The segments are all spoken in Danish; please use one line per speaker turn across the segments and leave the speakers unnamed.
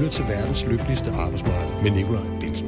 lyttet til verdens lykkeligste arbejdsmarked med Nikolaj Bensen.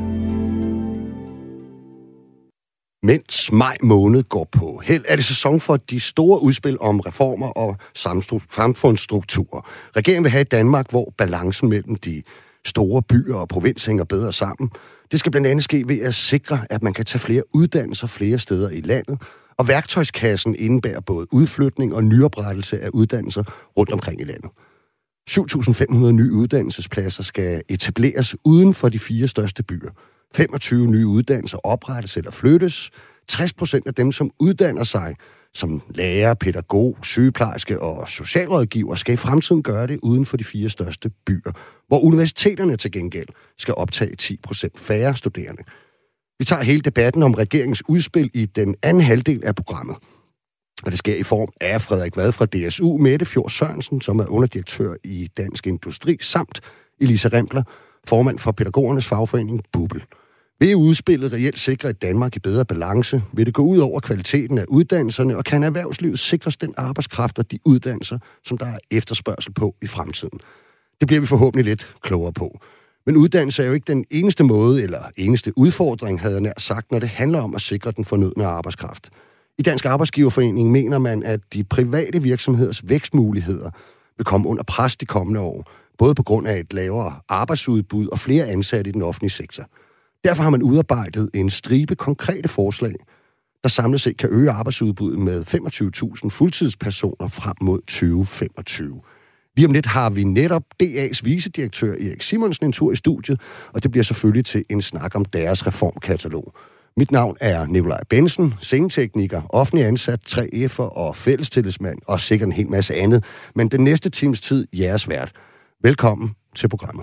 Mens maj måned går på held, er det sæson for de store udspil om reformer og samfundsstrukturer. Regeringen vil have et Danmark, hvor balancen mellem de store byer og provins hænger bedre sammen. Det skal blandt andet ske ved at sikre, at man kan tage flere uddannelser flere steder i landet, og værktøjskassen indebærer både udflytning og nyoprettelse af uddannelser rundt omkring i landet. 7.500 nye uddannelsespladser skal etableres uden for de 4 største byer. 25 nye uddannelser oprettes eller flyttes. 60% af dem, som uddanner sig som lærer, pædagog, sygeplejerske og socialrådgiver, skal i fremtiden gøre det uden for de 4 største byer, hvor universiteterne til gengæld skal optage 10% færre studerende. Vi tager hele debatten om regeringens udspil i den anden halvdel af programmet. Og det sker i form af Frederik Vad fra DSU, Mette Fjord Sørensen, som er underdirektør i Dansk Industri, samt Elisa Rempler, formand for pædagogernes fagforening BUPL. Vil udspillet reelt sikre et Danmark i bedre balance? Vil det gå ud over kvaliteten af uddannelserne, og kan erhvervslivet sikres den arbejdskraft og de uddannelser, som der er efterspørgsel på i fremtiden? Det bliver vi forhåbentlig lidt klogere på. Men uddannelse er jo ikke den eneste måde eller eneste udfordring, havde jeg nær sagt, når det handler om at sikre den fornødne arbejdskraft. I Dansk Arbejdsgiverforening mener man, at de private virksomheders vækstmuligheder vil komme under pres de kommende år, både på grund af et lavere arbejdsudbud og flere ansatte i den offentlige sektor. Derfor har man udarbejdet en stribe konkrete forslag, der samlet set kan øge arbejdsudbuddet med 25.000 fuldtidspersoner frem mod 2025. Lige om lidt har vi netop DA's vicedirektør Erik Simonsen en tur i studiet, og det bliver selvfølgelig til en snak om deres reformkatalog. Mit navn er Nikolaj Bensen, scenetekniker, offentlig ansat, 3F'er og fællestillidsmand, og sikkert en hel masse andet. Men den næste times tid, jeres vært. Velkommen til programmet.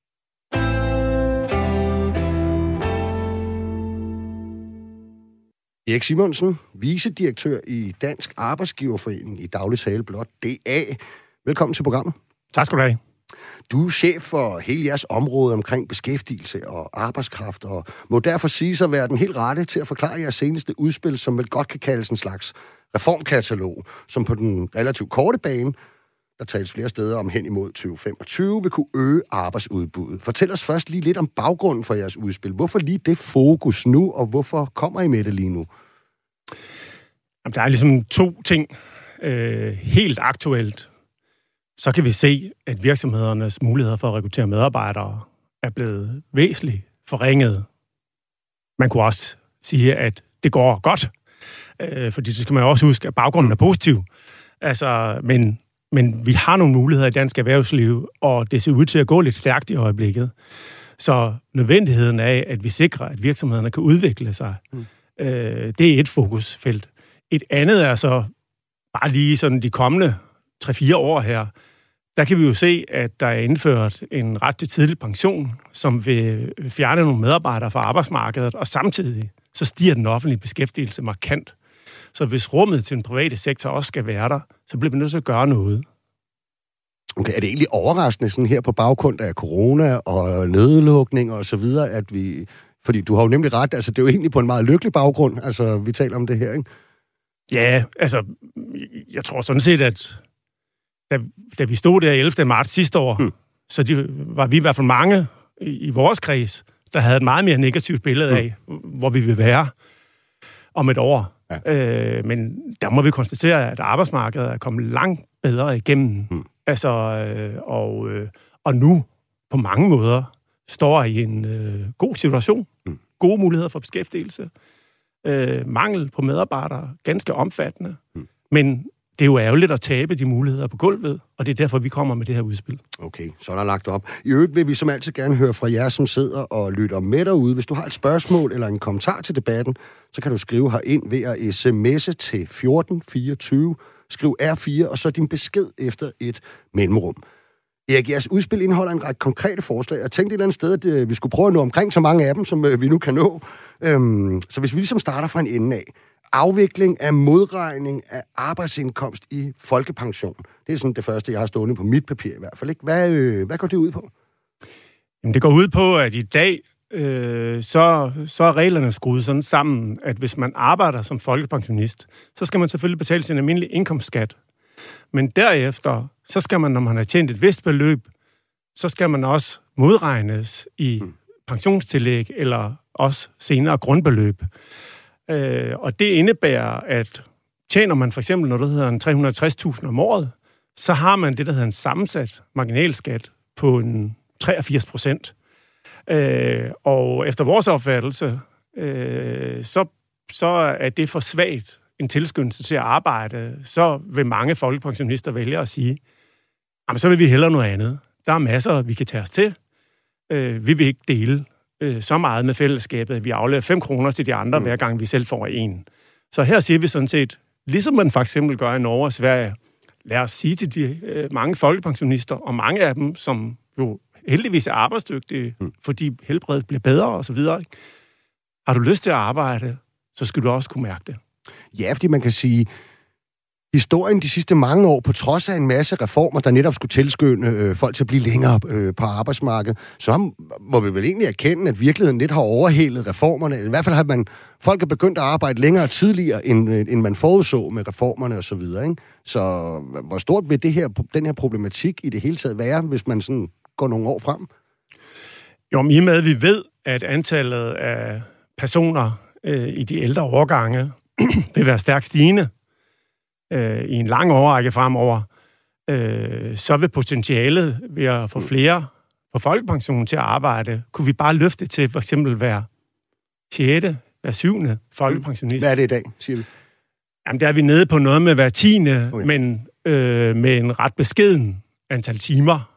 Erik Simonsen, vicedirektør i Dansk Arbejdsgiverforening, i daglig tale blot DA. Velkommen til programmet.
Tak skal du have.
Du er chef for hele jeres område omkring beskæftigelse og arbejdskraft, og må derfor sige sig at være den helt rette til at forklare jeres seneste udspil, som vel godt kan kaldes en slags reformkatalog, som på den relativt korte bane, der tales flere steder om hen imod 2025, vil kunne øge arbejdsudbuddet. Fortæl os først lige lidt om baggrunden for jeres udspil. Hvorfor lige det fokus nu, og hvorfor kommer I med det lige nu?
Jamen, der er ligesom 2 ting. Helt aktuelt, så kan vi se, at virksomhedernes muligheder for at rekruttere medarbejdere er blevet væsentligt forringet. Man kunne også sige, at det går godt, fordi det skal man også huske, at baggrunden er positiv. Altså, men vi har nogle muligheder i dansk erhvervsliv, og det ser ud til at gå lidt stærkt i øjeblikket. Så nødvendigheden af, at vi sikrer, at virksomhederne kan udvikle sig, det er et fokusfelt. Et andet er så bare lige sådan de kommende 3-4 år her, der kan vi jo se, at der er indført en ret til tidlig pension, som vil fjerne nogle medarbejdere fra arbejdsmarkedet, og samtidig så stiger den offentlige beskæftigelse markant. Så hvis rummet til den private sektor også skal være der, så bliver vi nødt til at gøre noget.
Okay, er det egentlig overraskende sådan her på baggrund af corona og nedlukning og så videre, at vi... Fordi du har jo nemlig ret, altså det er jo egentlig på en meget lykkelig baggrund, altså vi taler om det her, ikke?
Ja, altså jeg tror sådan set, at da vi stod der 11. marts sidste år, så var vi i hvert fald mange i vores kreds, der havde et meget mere negativt billede af, hvor vi vil være om et år. Ja. Men der må vi konstatere, at arbejdsmarkedet er kommet langt bedre igennem. Altså, og nu på mange måder står i en god situation. Gode muligheder for beskæftigelse. Mangel på medarbejdere, ganske omfattende. Men det er jo ærgerligt at tabe de muligheder på gulvet, og det er derfor, vi kommer med det her udspil.
Okay, så er der lagt op. I øvrigt vil vi som altid gerne høre fra jer, som sidder og lytter med derude. Hvis du har et spørgsmål eller en kommentar til debatten, så kan du skrive herind ved at sms'e til 1424. Skriv R4, og så din besked efter et mellemrum. Erik, jeres udspil indeholder en række konkrete forslag. Jeg tænkte et eller andet sted, at vi skulle prøve at nå omkring så mange af dem, som vi nu kan nå. Så hvis vi ligesom starter fra en ende af. Afvikling af modregning af arbejdsindkomst i folkepension. Det er sådan det første, jeg har stående på mit papir i hvert fald. Ikke? Hvad går det ud på?
Jamen, det går ud på, at i dag så er reglerne skruet sådan sammen, at hvis man arbejder som folkepensionist, så skal man selvfølgelig betale sin almindelige indkomstskat. Men derefter, så skal man, når man har tjent et vist beløb, så skal man også modregnes i pensionstillæg eller også senere grundbeløb. Og det indebærer, at tjener man for eksempel noget, der hedder 360.000 om året, så har man det, der hedder en sammensat marginalskat på en 83%. Og efter vores opfattelse, så er det for svagt en tilskyndelse til at arbejde. Så vil mange folkepensionister vælge at sige, jamen så vil vi hellere noget andet. Der er masser, vi kan tage os til. Vi vil ikke dele så meget med fællesskabet, at vi afleverer 5 kroner til de andre, hver gang vi selv får en. Så her siger vi sådan set, ligesom man for eksempel gør i Norge og Sverige, lad os sige til de mange folkepensionister, og mange af dem, som jo heldigvis er arbejdsdygtige, fordi helbredet bliver bedre og så videre. Har du lyst til at arbejde, så skal du også kunne mærke det.
Ja, fordi man kan sige, historien de sidste mange år, på trods af en masse reformer, der netop skulle tilskynde folk til at blive længere på arbejdsmarkedet, så må vi vel egentlig erkende, at virkeligheden lidt har overhælet reformerne. I hvert fald har folk er begyndt at arbejde længere tidligere, end man forudså med reformerne og så videre, ikke? Så hvor stort vil den her problematik i det hele taget være, hvis man sådan går nogle år frem?
Jo, i og med, at vi ved, at antallet af personer i de ældre årgange vil være stærkt stigende i en lang årrække fremover, så vil potentialet ved at få flere på folkepension til at arbejde, kunne vi bare løfte til for eksempel hver 6., hver 7. folkepensionist.
Hvad er det i dag, siger vi?
Jamen, der er vi nede på noget med hver 10., okay. Men med en ret beskeden antal timer.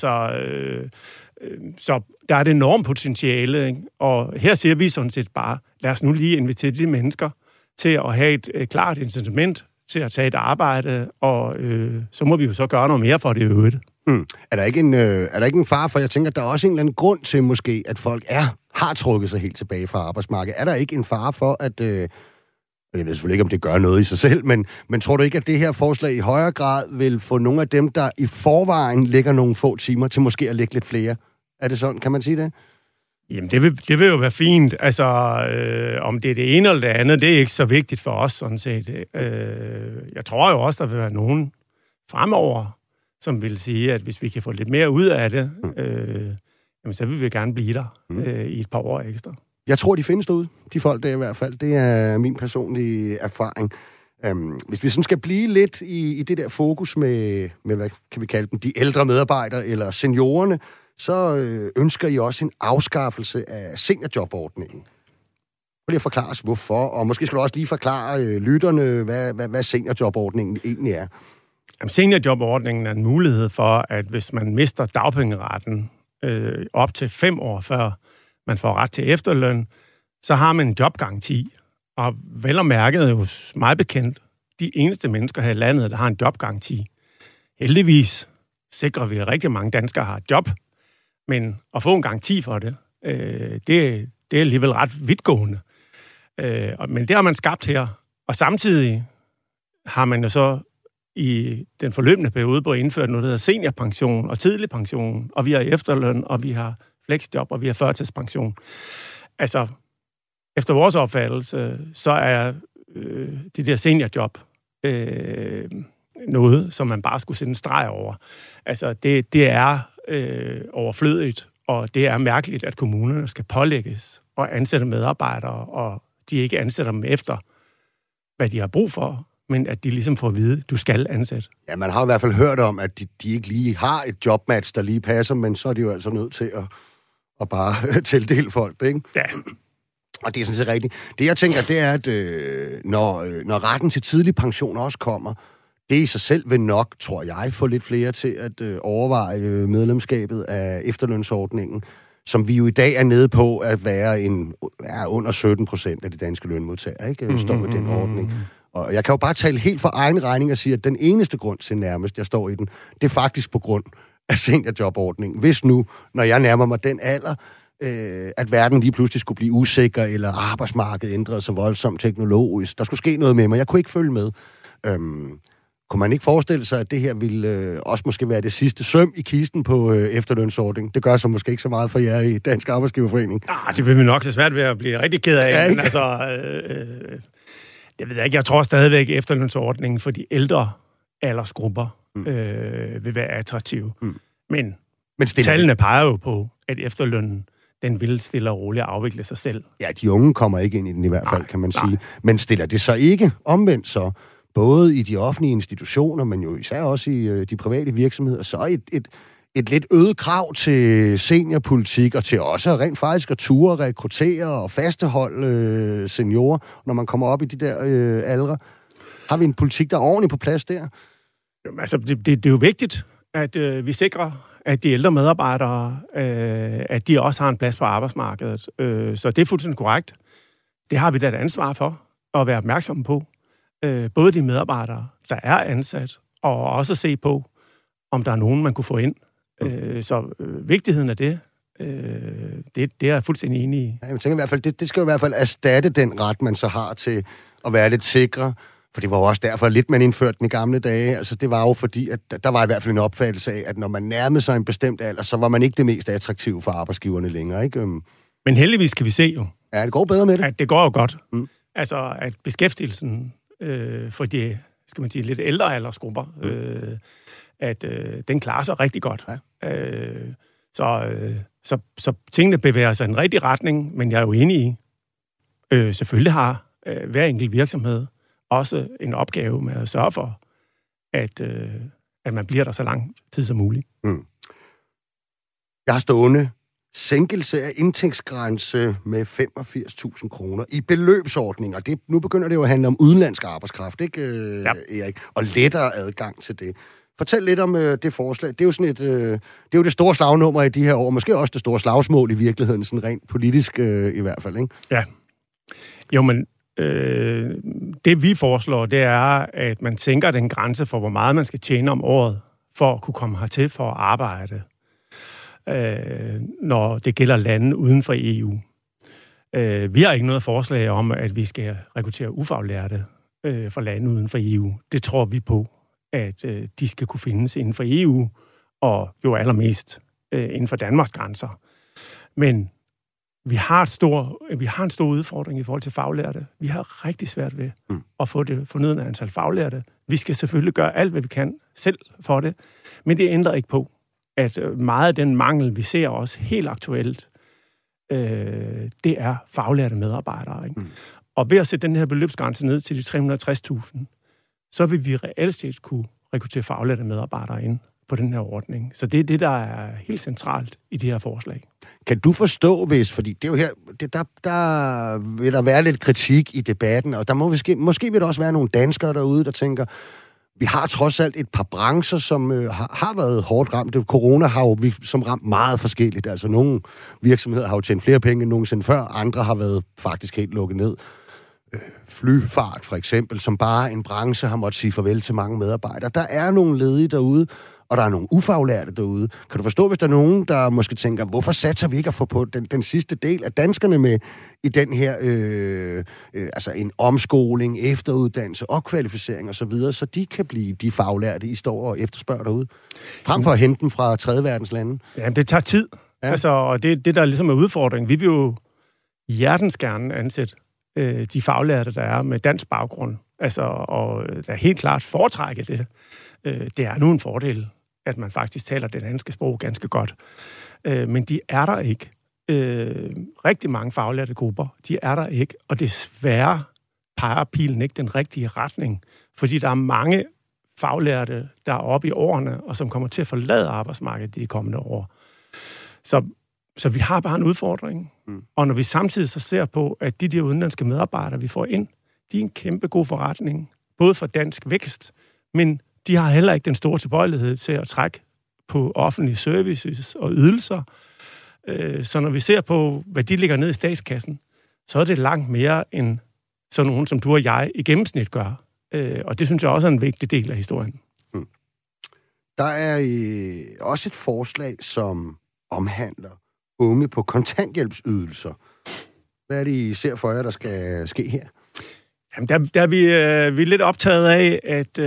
Så der er det enormt potentiale, ikke? Og her siger vi sådan set bare, lad os nu lige invitere de mennesker til at have et klart incitament til at tage et arbejde, og så må vi jo så gøre noget mere for det øvrigt.
Er der ikke en fare for, jeg tænker, at der er også en eller anden grund til måske, at folk har trukket sig helt tilbage fra arbejdsmarkedet. Er der ikke en fare for, at jeg ved selvfølgelig ikke, om det gør noget i sig selv, men tror du ikke, at det her forslag i højere grad vil få nogle af dem, der i forvejen lægger nogle få timer, til måske at lægge lidt flere? Er det sådan? Kan man sige det?
Jamen, det vil jo være fint. Altså, om det er det ene eller det andet, det er ikke så vigtigt for os, sådan set. Jeg tror jo også, der vil være nogen fremover, som vil sige, at hvis vi kan få lidt mere ud af det, jamen, så vil vi gerne blive der i et par år ekstra. Jeg
tror, de findes derude, de folk der i hvert fald. Det er min personlige erfaring. Hvis vi sådan skal blive lidt i det der fokus med, hvad kan vi kalde dem, de ældre medarbejdere eller seniorerne, så ønsker I også en afskaffelse af seniorjobordningen. Prøv lige at forklare os, hvorfor, og måske skal du også lige forklare lytterne, hvad seniorjobordningen egentlig er.
Jamen, seniorjobordningen er en mulighed for, at hvis man mister dagpengeretten op til 5 år før man får ret til efterløn, så har man en jobgaranti. Og vel og mærket jo meget bekendt, de eneste mennesker her i landet, der har en jobgaranti. Heldigvis sikrer vi, at rigtig mange danskere har et job, men at få en garanti for det, det er alligevel ret vidtgående. Men det har man skabt her. Og samtidig har man jo så i den forløbende periode på indført noget, der hedder seniorpension og tidlig pension, og vi har efterløn, og vi har fleksjob, og vi har førtidspension. Altså, efter vores opfattelse, så er det der seniorjob noget, som man bare skulle sætte en streg over. Altså, det er overflødigt, og det er mærkeligt, at kommunerne skal pålægges og ansætte medarbejdere, og de ikke ansætter dem efter, hvad de har brug for, men at de ligesom får at vide, du skal ansætte. Ja,
man har i hvert fald hørt om, at de ikke lige har et jobmatch, der lige passer, men så er de jo altså nødt til at bare tildele folk, ikke?
Ja.
Og det er sådan set rigtigt. Det, jeg tænker, det er, at når retten til tidlig pension også kommer, det i sig selv vil nok, tror jeg, få lidt flere til at overveje medlemskabet af efterlønsordningen, som vi jo i dag er nede på at være under 17% af de danske lønmodtagere, ikke? Står i den ordning. Og jeg kan jo bare tale helt for egen regning og sige, at den eneste grund til nærmest, jeg står i den, det er faktisk på grund af seniorjobordningen. Hvis nu, når jeg nærmer mig den alder, at verden lige pludselig skulle blive usikker, eller arbejdsmarkedet ændrede sig voldsomt teknologisk. Der skulle ske noget med mig. Jeg kunne ikke følge med. Kunne man ikke forestille sig, at det her ville også måske være det sidste søm i kisten på efterlønsordningen? Det gør så måske ikke så meget for jer i Dansk Arbejdsgiverforening.
Det vil vi nok så svært ved at blive rigtig ked af. Ja, men altså, det ved jeg ikke. Jeg tror stadigvæk, at efterlønsordningen for de ældre aldersgrupper vil være attraktive. Men Men tallene peger jo på, at efterlønnen, den vil stille og roligt afvikle sig selv.
Ja, de unge kommer ikke ind i den i hvert fald, kan man sige. Men stiller det så ikke omvendt så, både i de offentlige institutioner, men jo især også i de private virksomheder, så et lidt øget krav til seniorpolitik, og til også rent faktisk at ture, rekruttere og fastholde seniorer, når man kommer op i de der aldre. Har vi en politik, der er ordentligt på plads der?
Jamen, altså, det er jo vigtigt, at vi sikrer, at de ældre medarbejdere, at de også har en plads på arbejdsmarkedet. Så det er fuldstændig korrekt. Det har vi da et ansvar for at være opmærksomme på. Både de medarbejdere, der er ansat, og også se på, om der er nogen, man kunne få ind. Så vigtigheden af det er jeg fuldstændig enig i.
Ja, jeg tænker i hvert fald, det skal jo i hvert fald erstatte den ret, man så har til at være lidt sikre. For det var jo også derfor lidt, man indførte den i gamle dage. Altså, det var jo fordi, at der var i hvert fald en opfattelse af, at når man nærmede sig en bestemt alder, så var man ikke det mest attraktive for arbejdsgiverne længere, ikke?
Men heldigvis kan vi se jo.
Ja, det går bedre med det.
At det går jo godt. Altså, at beskæftigelsen for de, skal man sige, lidt ældre aldersgrupper, at den klarer sig rigtig godt. Ja. Så tingene bevæger sig i en rigtig retning, men jeg er jo enig i, selvfølgelig har hver enkelt virksomhed også en opgave med at sørge for, at man bliver der så lang tid som muligt.
Jeg har stående sænkelse af indtægtsgrænse med 85.000 kroner i beløbsordninger. Nu begynder det jo at handle om udenlandsk arbejdskraft, ikke, Erik? Og lettere adgang til det. Fortæl lidt om det forslag. Det er jo sådan det er jo det store slagnummer i de her år, måske også det store slagsmål i virkeligheden, sådan rent politisk i hvert fald, ikke?
Ja. Jo, men det vi foreslår, det er, at man sænker den grænse for, hvor meget man skal tjene om året, for at kunne komme hertil for at arbejde, når det gælder lande uden for EU. Vi har ikke noget forslag om, at vi skal rekruttere ufaglærte fra lande uden for EU. Det tror vi på, at de skal kunne findes inden for EU, og jo allermest inden for Danmarks grænser. Men vi har en stor udfordring i forhold til faglærte. Vi har rigtig svært ved at få det fornødne antal faglærte. Vi skal selvfølgelig gøre alt, hvad vi kan selv for det, men det ændrer ikke på, at meget af den mangel, vi ser også helt aktuelt, det er faglærte medarbejdere. Ikke? Og ved at sætte den her beløbsgrænse ned til de 360.000, så vil vi reelt set kunne rekruttere faglærte medarbejdere ind på den her ordning. Så det er det, der er helt centralt i de her forslag.
Kan du forstå, fordi det er jo her, der vil der være lidt kritik i debatten, og der måske vil der også være nogle danskere derude, der tænker, vi har trods alt et par brancher, som har været hårdt ramt. Corona har jo som ramt meget forskelligt. Altså nogle virksomheder har jo tjent flere penge end nogensinde før, andre har været faktisk helt lukket ned. Flyfart for eksempel, som bare en branche har måttet sige farvel til mange medarbejdere. Der er nogle ledige derude, og der er nogle ufaglærte derude. Kan du forstå, hvis der er nogen, der måske tænker, hvorfor satser vi ikke at få på den sidste del af danskerne med i den her, altså en omskoling, efteruddannelse, opkvalificering osv., så de kan blive de faglærte, I står og efterspørger derude, frem for at hente dem fra tredje verdens lande?
Jamen, det tager tid. Ja. Altså, og det der ligesom er udfordringen. Vi vil jo hjertens gerne ansætte de faglærte, der er med dansk baggrund. Altså, og der helt klart foretrække det. Det er nu en fordel, at man faktisk taler det danske sprog ganske godt. Men de er der ikke. Rigtig mange faglærte grupper, de er der ikke. Og desværre peger pilen ikke den rigtige retning. Fordi der er mange faglærte, der er oppe i årene, og som kommer til at forlade arbejdsmarkedet de kommende år. Så vi har bare en udfordring. Og når vi samtidig så ser på, at de der udenlandske medarbejdere, vi får ind, de er en kæmpe god forretning, både for dansk vækst, men de har heller ikke den store tilbøjelighed til at trække på offentlige services og ydelser. Så når vi ser på, hvad de ligger ned i statskassen, så er det langt mere end sådan nogen, som du og jeg i gennemsnit gør. Og det synes jeg også er en vigtig del af historien.
Der er også et forslag, som omhandler unge på kontanthjælpsydelser. Hvad er det, I ser for jer, der skal ske her?
Jamen, der er vi er lidt optaget af,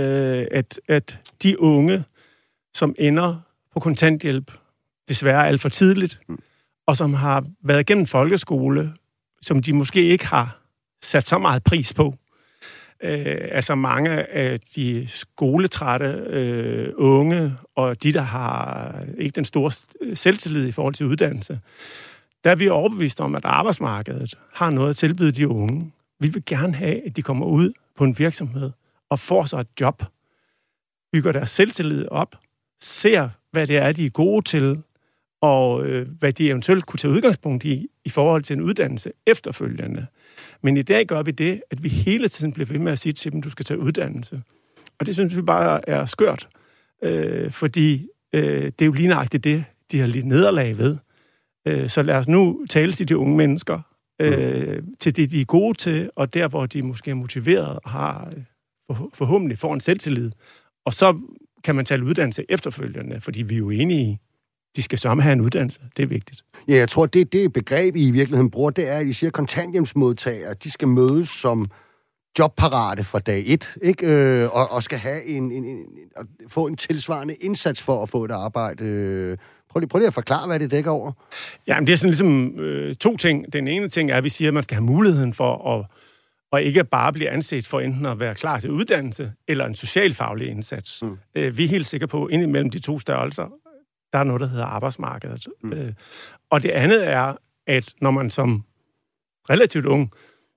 at de unge, som ender på kontanthjælp, desværre alt for tidligt, og som har været igennem folkeskole, som de måske ikke har sat så meget pris på, Altså mange af de skoletrætte unge, og de, der har ikke den store selvtillid i forhold til uddannelse, der er vi overbevist om, at arbejdsmarkedet har noget at tilbyde de unge. Vi vil gerne have, at de kommer ud på en virksomhed og får sig et job, bygger deres selvtillid op, ser, hvad det er, de er gode til, og hvad de eventuelt kunne tage udgangspunkt i forhold til en uddannelse efterfølgende. Men i dag gør vi det, at vi hele tiden bliver ved med at sige til dem, du skal tage uddannelse. Og det synes vi bare er skørt, fordi det er jo lige nøjagtigt det, de har lidt nederlag ved. Så lad os nu tale til de unge mennesker, til det, de er gode til, og der, hvor de måske er motiveret og har forhåbentlig får en selvtillid. Og så kan man tale uddannelse efterfølgende, fordi vi er jo enige i, de skal sammen have en uddannelse. Det er vigtigt. Ja,
jeg tror, det begreb, I virkeligheden bruger, det er, at I siger, at kontanthjælpsmodtagere, de skal mødes som jobparate fra dag 1, ikke? Og skal have få en tilsvarende indsats for at få et arbejde. Prøv lige at forklare, hvad det dækker over.
Jamen, det er sådan ligesom to ting. Den ene ting er, at vi siger, at man skal have muligheden for at ikke bare blive anset for enten at være klar til uddannelse eller en socialfaglig indsats. Vi er helt sikre på, at indimellem de to størrelser, der er noget, der hedder arbejdsmarkedet. Og det andet er, at når man som relativt ung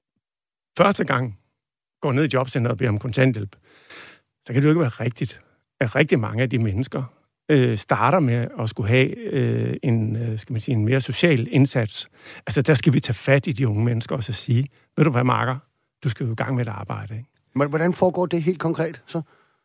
første gang går ned i jobcenteret og beder om kontanthjælp, så kan det jo ikke være rigtigt, at rigtig mange af de mennesker starter med at skulle have en mere social indsats. Altså, der skal vi tage fat i de unge mennesker og så sige, ved du hvad, Marker, du skal jo i gang med et arbejde, ikke?
Hvordan foregår det helt konkret, så?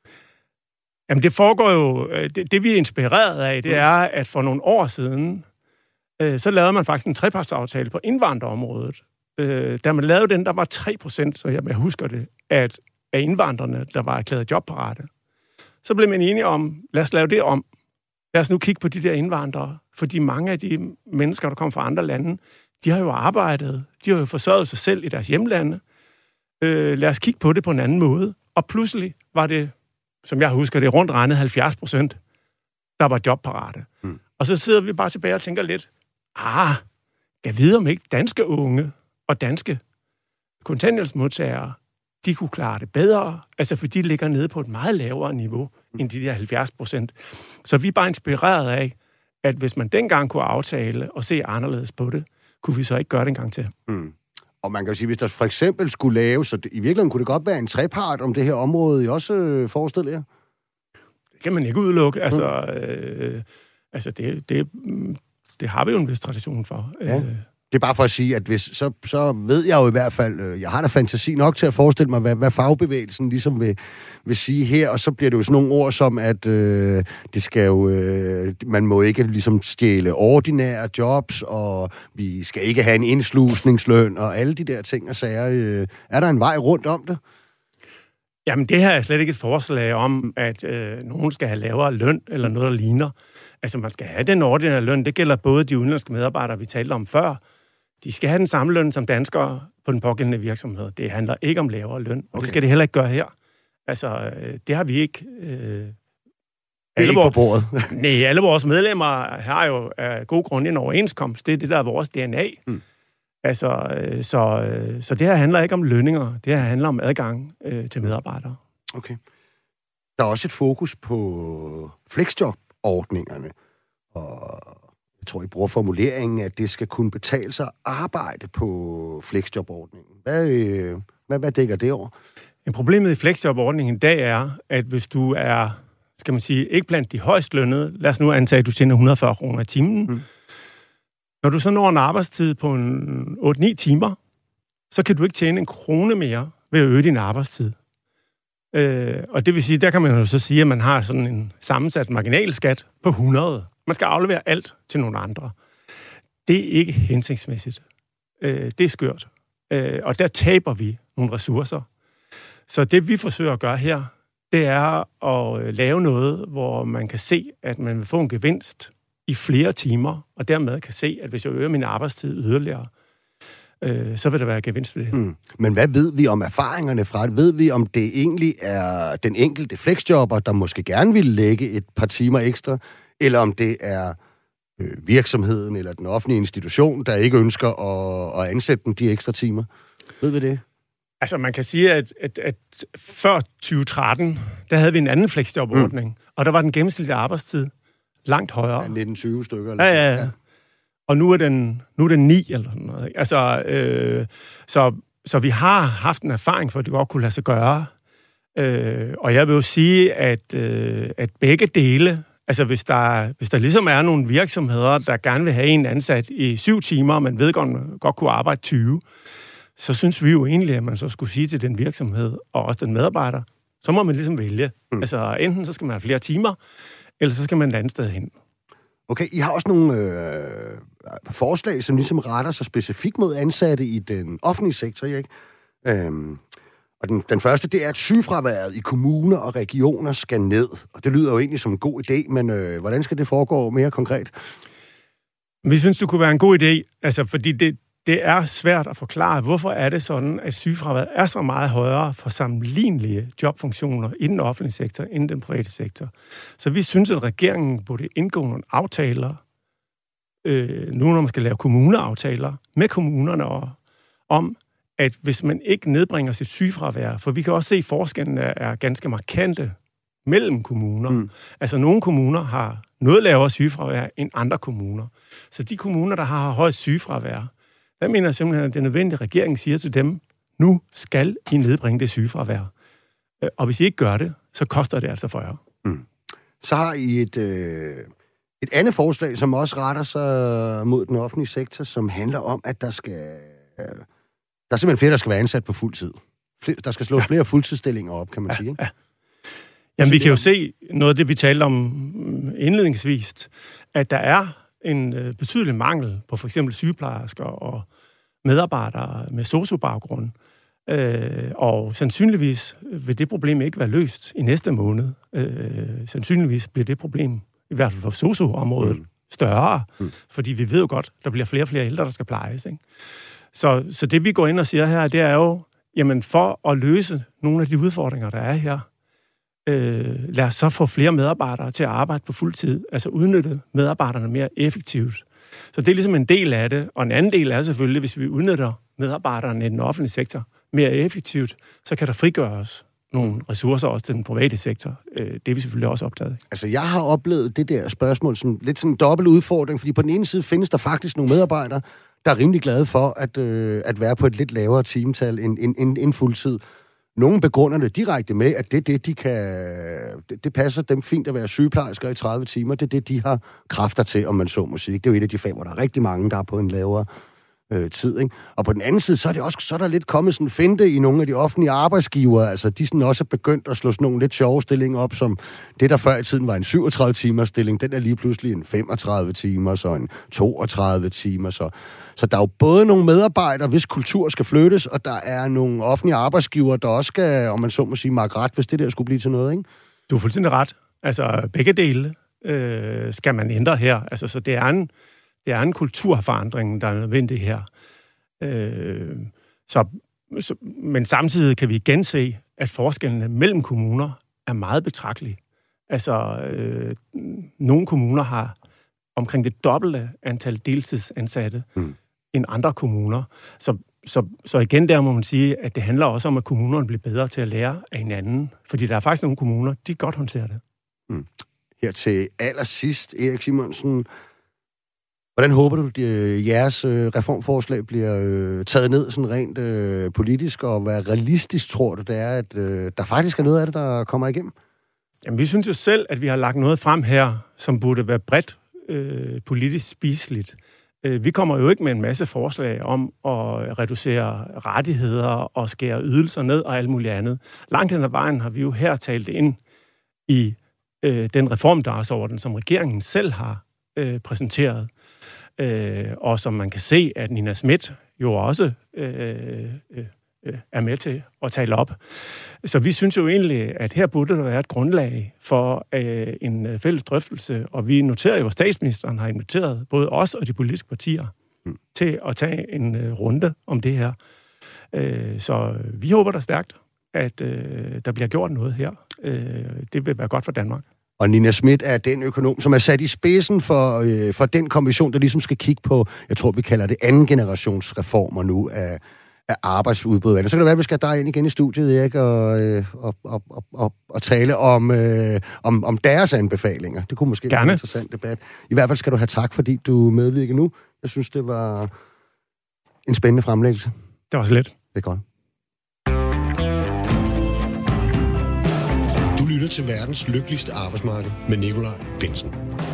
Jamen, det foregår jo... Det vi er inspireret af, det er, at for nogle år siden, så lavede man faktisk en trepartsaftale på indvandrerområdet. Da man lavede den, der var 3%, så jeg husker det, af indvandrerne, der var erklæret jobparate. Så blev man enige om, lad os lave det om. Lad os nu kigge på de der indvandrere, fordi mange af de mennesker, der kommer fra andre lande, de har jo arbejdet, de har jo forsørget sig selv i deres hjemlande. Lad os kigge på det på en anden måde. Og pludselig var det, som jeg husker det, rundt regnet 70%, der var jobparate. Og så sidder vi bare tilbage og tænker lidt, jeg ved om ikke danske unge og danske kontanthjælpsmodtagere, de kunne klare det bedre, altså for de ligger nede på et meget lavere niveau end de der 70%. Så vi er bare inspireret af, at hvis man dengang kunne aftale og se anderledes på det, kunne vi så ikke gøre det en gang til.
Og man kan jo sige, hvis der for eksempel skulle laves, så i virkeligheden kunne det godt være en trepart om det her område, I også forestiller jer?
Det kan man ikke udelukke. Det har vi jo en vis tradition for.
Ja. Det er bare for at sige, at hvis, så ved jeg jo i hvert fald, jeg har da fantasi nok til at forestille mig, hvad fagbevægelsen ligesom vil sige her, og så bliver det jo sådan nogle ord som, at det skal jo, man må ikke ligesom stjæle ordinære jobs, og vi skal ikke have en indslusningsløn, og alle de der ting og sager. Er der en vej rundt om det?
Jamen, det her er slet ikke et forslag om, at nogen skal have lavere løn, eller noget, der ligner. Altså, man skal have den ordinære løn. Det gælder både de udenlandske medarbejdere, vi talte om før. De skal have den samme løn som danskere på den pågældende virksomhed. Det handler ikke om lavere løn, og det skal det heller ikke gøre her. Altså, det har vi ikke...
på bordet.
Nej, alle vores medlemmer har jo af god grund en overenskomst. Det er det, der er vores DNA. Altså, så det her handler ikke om lønninger. Det her handler om adgang til medarbejdere.
Okay. Der er også et fokus på flexjob-ordningerne, og jeg tror, I bruger formuleringen, at det skal kunne betale sig at arbejde på flexjob-ordningen. Hvad dækker det over?
Problemet i flexjob-ordningen i dag er, at hvis du er, skal man sige, ikke blandt de højst lønnede, lad os nu antage, at du tjener 140 kroner i timen. Når du så når en arbejdstid på 8-9 timer, så kan du ikke tjene 1 krone mere ved at øge din arbejdstid. Og det vil sige, der kan man jo så sige, at man har sådan en sammensat marginalskat på 100. Man skal aflevere alt til nogle andre. Det er ikke hensigtsmæssigt. Det er skørt. Og der taber vi nogle ressourcer. Så det, vi forsøger at gøre her, det er at lave noget, hvor man kan se, at man vil få en gevinst i flere timer, og dermed kan se, at hvis jeg øger min arbejdstid yderligere, så vil der være gevinst ved det.
Men hvad ved vi om erfaringerne fra det? Ved vi, om det egentlig er den enkelte flexjobber, der måske gerne vil lægge et par timer ekstra, eller om det er virksomheden eller den offentlige institution, der ikke ønsker at ansætte dem de ekstra timer? Ved vi det?
Altså, man kan sige, at før 2013, der havde vi en anden fleksjobordning, og der var den gennemsnitlige arbejdstid langt højere.
Ja, 19-20 stykker. Eller
ja. Og nu er den 9 eller sådan noget. Ikke? Altså, så vi har haft en erfaring for, at det godt kunne lade sig gøre. Og jeg vil jo sige, at begge dele, altså hvis der ligesom er nogle virksomheder, der gerne vil have en ansat i 7 timer, men vedkommende godt kunne arbejde 20, så synes vi jo egentlig, at man så skulle sige til den virksomhed, og også den medarbejder, så må man ligesom vælge. Altså enten så skal man have flere timer, eller så skal man et andet sted hen.
Okay, I har også nogle forslag, som ligesom retter sig specifikt mod ansatte i den offentlige sektor, ikke? Og den første, det er, at sygefraværet i kommuner og regioner skal ned. Og det lyder jo egentlig som en god idé, men hvordan skal det foregå mere konkret?
Vi synes, det kunne være en god idé, altså fordi det er svært at forklare, hvorfor er det sådan, at sygefraværet er så meget højere for sammenlignelige jobfunktioner i den offentlige sektor end i den private sektor. Så vi synes, at regeringen burde indgå nogle aftaler, nu når man skal lave kommuneaftaler med kommunerne om, at hvis man ikke nedbringer sit sygefravær, for vi kan også se, at forskellen er ganske markante mellem kommuner. Altså nogle kommuner har noget lavere sygefravær end andre kommuner. Så de kommuner, der har højt sygefravær, der mener jeg simpelthen, at det er nødvendigt, at regeringen siger til dem, nu skal I nedbringe det sygefravær. Og hvis I ikke gør det, så koster det altså for jer.
Så har I et andet forslag, som også retter sig mod den offentlige sektor, som handler om, at der er simpelthen flere, der skal være ansat på fuld tid. Der skal slås flere fuldtidsstillinger op, kan man sige. Ikke?
Ja. Jamen, vi kan jo se noget af det, vi talte om indledningsvis, at der er en betydelig mangel på for eksempel sygeplejersker og medarbejdere med sosu-baggrund. Og sandsynligvis vil det problem ikke være løst i næste måned. Sandsynligvis bliver det problem, i hvert fald for sosu-området, større, fordi vi ved jo godt, der bliver flere og flere ældre, der skal plejes. Ikke? Så det, vi går ind og siger her, det er jo, jamen for at løse nogle af de udfordringer, der er her, lad os så få flere medarbejdere til at arbejde på fuld tid, altså udnytte medarbejderne mere effektivt. Så det er ligesom en del af det, og en anden del er selvfølgelig, hvis vi udnytter medarbejderne i den offentlige sektor mere effektivt, så kan der frigøres nogle ressourcer også til den private sektor. Det er vi selvfølgelig også optaget af.
Altså, jeg har oplevet det der spørgsmål som lidt sådan en dobbelt udfordring, fordi på den ene side findes der faktisk nogle medarbejdere, der er rimelig glade for at være på et lidt lavere timetal end fuldtid. Nogle begrunder det direkte med, at det passer dem fint at være sygeplejersker i 30 timer. Det er det, de har kræfter til, om man så må sige. Det er jo et af de fag, hvor der er rigtig mange, der er på en lavere tid. Ikke? Og på den anden side, så er der lidt kommet sådan en finte i nogle af de offentlige arbejdsgivere. Altså, de sådan også er begyndt at slå sådan nogle lidt sjove stillinger op, som det, der før i tiden var en 37-timers stilling, den er lige pludselig en 35 timer, så en 32 timer. Så der er jo både nogle medarbejdere, hvis kultur skal flyttes, og der er nogle offentlige arbejdsgivere, der også skal, om man så må sige, markere ret, hvis det der skulle blive til noget, ikke? Du
er fuldstændig ret. Altså, begge dele skal man ændre her. Altså, så det er en kulturforandring, der er nødvendig her. Men samtidig kan vi igen se, at forskellene mellem kommuner er meget betragtelige. Altså, nogle kommuner har omkring det dobbelte antal deltidsansatte end andre kommuner. Så igen der må man sige, at det handler også om, at kommunerne bliver bedre til at lære af hinanden. Fordi der er faktisk nogle kommuner, de godt håndterer det.
Her til allersidst, Erik Simonsen, hvordan håber du, at jeres reformforslag bliver taget ned sådan rent politisk, og hvad realistisk tror du, det er, at der faktisk er noget af det, der kommer igennem?
Jamen, vi synes jo selv, at vi har lagt noget frem her, som burde være bredt politisk spiseligt. Vi kommer jo ikke med en masse forslag om at reducere rettigheder og skære ydelser ned og alt muligt andet. Langt hen ad vejen har vi jo her talt ind i den reformdagsorden, som regeringen selv har præsenteret. Og som man kan se, at Nina Smith jo også er med til at tale op. Så vi synes jo egentlig, at her burde der være et grundlag for en fælles drøftelse, og vi noterer jo, at statsministeren har inviteret både os og de politiske partier til at tage en runde om det her. Så vi håber da stærkt, at der bliver gjort noget her. Det vil være godt for Danmark.
Og Nina Smith er den økonom, som er sat i spidsen for den kommission, der ligesom skal kigge på, jeg tror, vi kalder det anden generations reformer nu af arbejdsudbud. Så kan det være, at vi skal dig ind igen i studiet, Erik, og tale om deres anbefalinger. Det kunne måske være en interessant debat. I hvert fald skal du have tak, fordi du medvirker nu. Jeg synes, det var en spændende fremlæggelse.
Det var så let.
Det er godt. Du lytter til verdens lykkeligste arbejdsmarked med Nikolaj Bensen.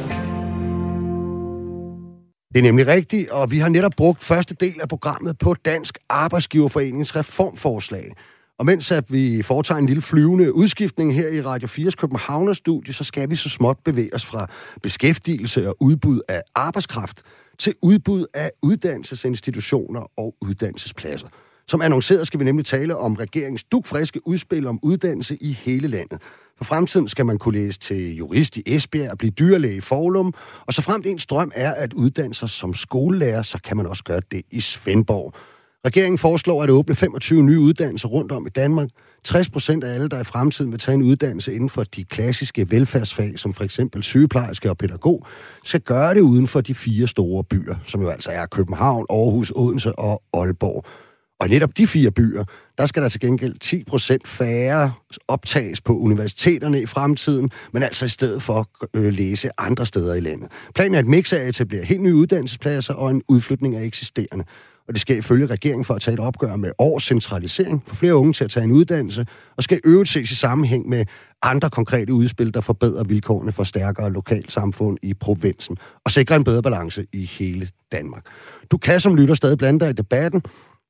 Det er nemlig rigtigt, og vi har netop brugt første del af programmet på Dansk Arbejdsgiverforenings reformforslag. Og mens at vi foretager en lille flyvende udskiftning her i Radio 4's Københavner-studie, så skal vi så småt bevæge os fra beskæftigelse og udbud af arbejdskraft til udbud af uddannelsesinstitutioner og uddannelsespladser. Som annonceret skal vi nemlig tale om regeringens dugfriske udspil om uddannelse i hele landet. For fremtiden skal man kunne læse til jurist i Esbjerg og blive dyrlæge i Foulum, og så fremt ens drøm er at uddanne sig som skolelærer, så kan man også gøre det i Svendborg. Regeringen foreslår at åbne 25 nye uddannelser rundt om i Danmark. 60% af alle, der i fremtiden vil tage en uddannelse inden for de klassiske velfærdsfag, som for eksempel sygeplejerske og pædagog, skal gøre det uden for de 4 store byer, som jo altså er København, Aarhus, Odense og Aalborg. Og netop de 4 byer, der skal der til gengæld 10% færre optages på universiteterne i fremtiden, men altså i stedet for læse andre steder i landet. Planen er et mix af at etablere helt nye uddannelsespladser og en udflytning af eksisterende. Og det skal ifølge regeringen for at tage et opgør med års centralisering, for flere unge til at tage en uddannelse, og skal øvrigt ses i sammenhæng med andre konkrete udspil, der forbedrer vilkårene for stærkere lokalsamfund i provinsen, og sikrer en bedre balance i hele Danmark. Du kan som lytter stadig blande dig i debatten.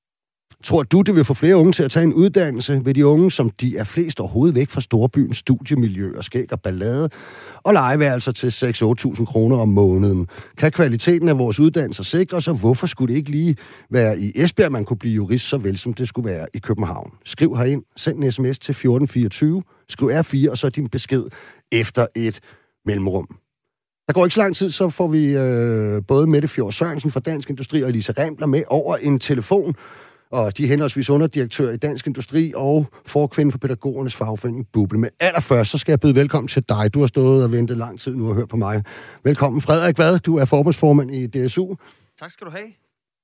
Tror du, det vil få flere unge til at tage en uddannelse ved de unge, som de er flest overhovedet væk fra storbyens studiemiljø og skæg og ballade, og lejeværelser til 6-8.000 kroner om måneden? Kan kvaliteten af vores uddannelser sikres, og hvorfor skulle det ikke lige være i Esbjerg, man kunne blive jurist, så vel som det skulle være i København? Skriv herind, send en sms til 1424, skriv R4, og så din besked efter et mellemrum. Der går ikke så lang tid, så får vi både Mette Fjord Sørensen fra Dansk Industri og Elisa Rambler med over en telefon. Og de er henholdsvis underdirektør i Dansk Industri og forkvinde for pædagogernes fagforening BUPL. Men allerførst, så skal jeg byde velkommen til dig. Du har stået og ventet lang tid nu og hørt på mig. Velkommen, Frederik Vad. Du er formandsformand i DSU.
Tak skal du have.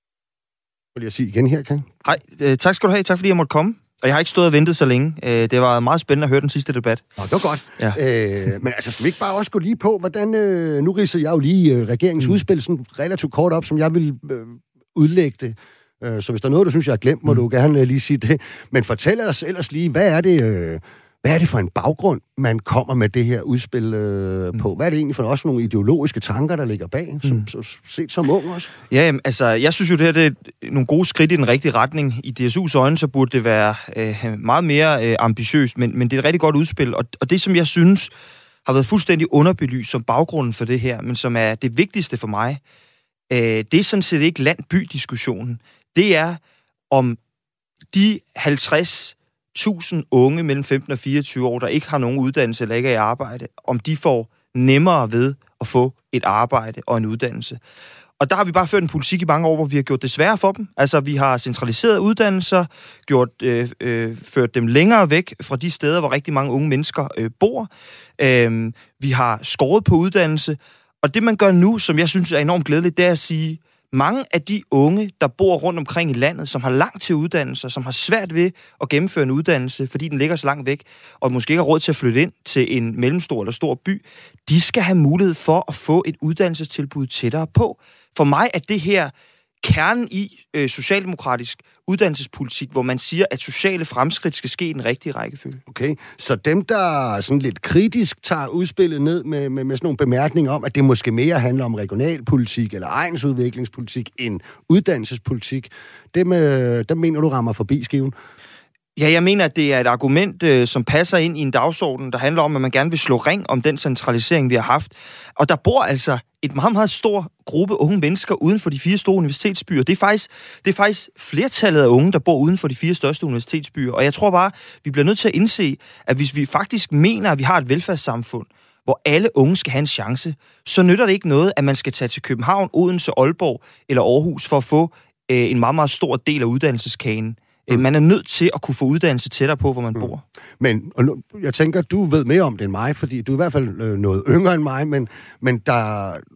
Vil jeg sige igen her, kan?
Hej, tak skal du have. Tak fordi jeg måtte komme. Og jeg har ikke stået og ventet så længe. Det var meget spændende at høre den sidste debat.
Nå, det var godt. Ja. Men altså, skal vi ikke bare også gå lige på, hvordan... nu ridsede jeg jo lige regeringens udspil sådan relativt kort op, som jeg vil udlægge det. Så hvis der er noget, du synes, jeg har glemt, må du gerne lige sige det. Men fortæl os ellers lige, hvad er det for en baggrund, man kommer med det her udspil på? Hvad er det egentlig for også nogle ideologiske tanker, der ligger bag, som set som ung også?
Ja, altså, jeg synes jo, det her det er nogle gode skridt i den rigtige retning. I DSU's øjne, så burde det være meget mere ambitiøst, men det er et rigtig godt udspil. Og det, som jeg synes har været fuldstændig underbelyst som baggrunden for det her, men som er det vigtigste for mig, det er sådan set ikke land-by-diskussionen. Det er om de 50.000 unge mellem 15 og 24 år, der ikke har nogen uddannelse eller ikke er i arbejde, om de får nemmere ved at få et arbejde og en uddannelse. Og der har vi bare ført en politik i mange år, hvor vi har gjort det sværere for dem. Altså, vi har centraliseret uddannelser, ført dem længere væk fra de steder, hvor rigtig mange unge mennesker bor. Vi har skåret på uddannelse. Og det, man gør nu, som jeg synes er enormt glædeligt, det er at sige, mange af de unge, der bor rundt omkring i landet, som har langt til uddannelser, som har svært ved at gennemføre en uddannelse, fordi den ligger så langt væk, og måske ikke har råd til at flytte ind til en mellemstor eller stor by, de skal have mulighed for at få et uddannelsestilbud tættere på. For mig er det her kernen i socialdemokratisk uddannelsespolitik, hvor man siger, at sociale fremskridt skal ske i den rigtige rækkefølge.
Okay, så dem, der sådan lidt kritisk tager udspillet ned med sådan nogle bemærkninger om, at det måske mere handler om regionalpolitik eller egensudviklingspolitik end uddannelsespolitik, dem mener du rammer forbi skiven?
Ja, jeg mener, at det er et argument, som passer ind i en dagsorden, der handler om, at man gerne vil slå ring om den centralisering, vi har haft. Og der bor altså et meget, meget stor gruppe unge mennesker uden for de 4 store universitetsbyer. Det er faktisk flertallet af unge, der bor uden for de 4 største universitetsbyer. Og jeg tror bare, vi bliver nødt til at indse, at hvis vi faktisk mener, at vi har et velfærdssamfund, hvor alle unge skal have en chance, så nytter det ikke noget, at man skal tage til København, Odense, Aalborg eller Aarhus for at få en meget, meget stor del af uddannelseskagen. Man er nødt til at kunne få uddannelse tættere på, hvor man bor.
Men jeg tænker, du ved mere om det end mig, fordi du er i hvert fald noget yngre end mig, men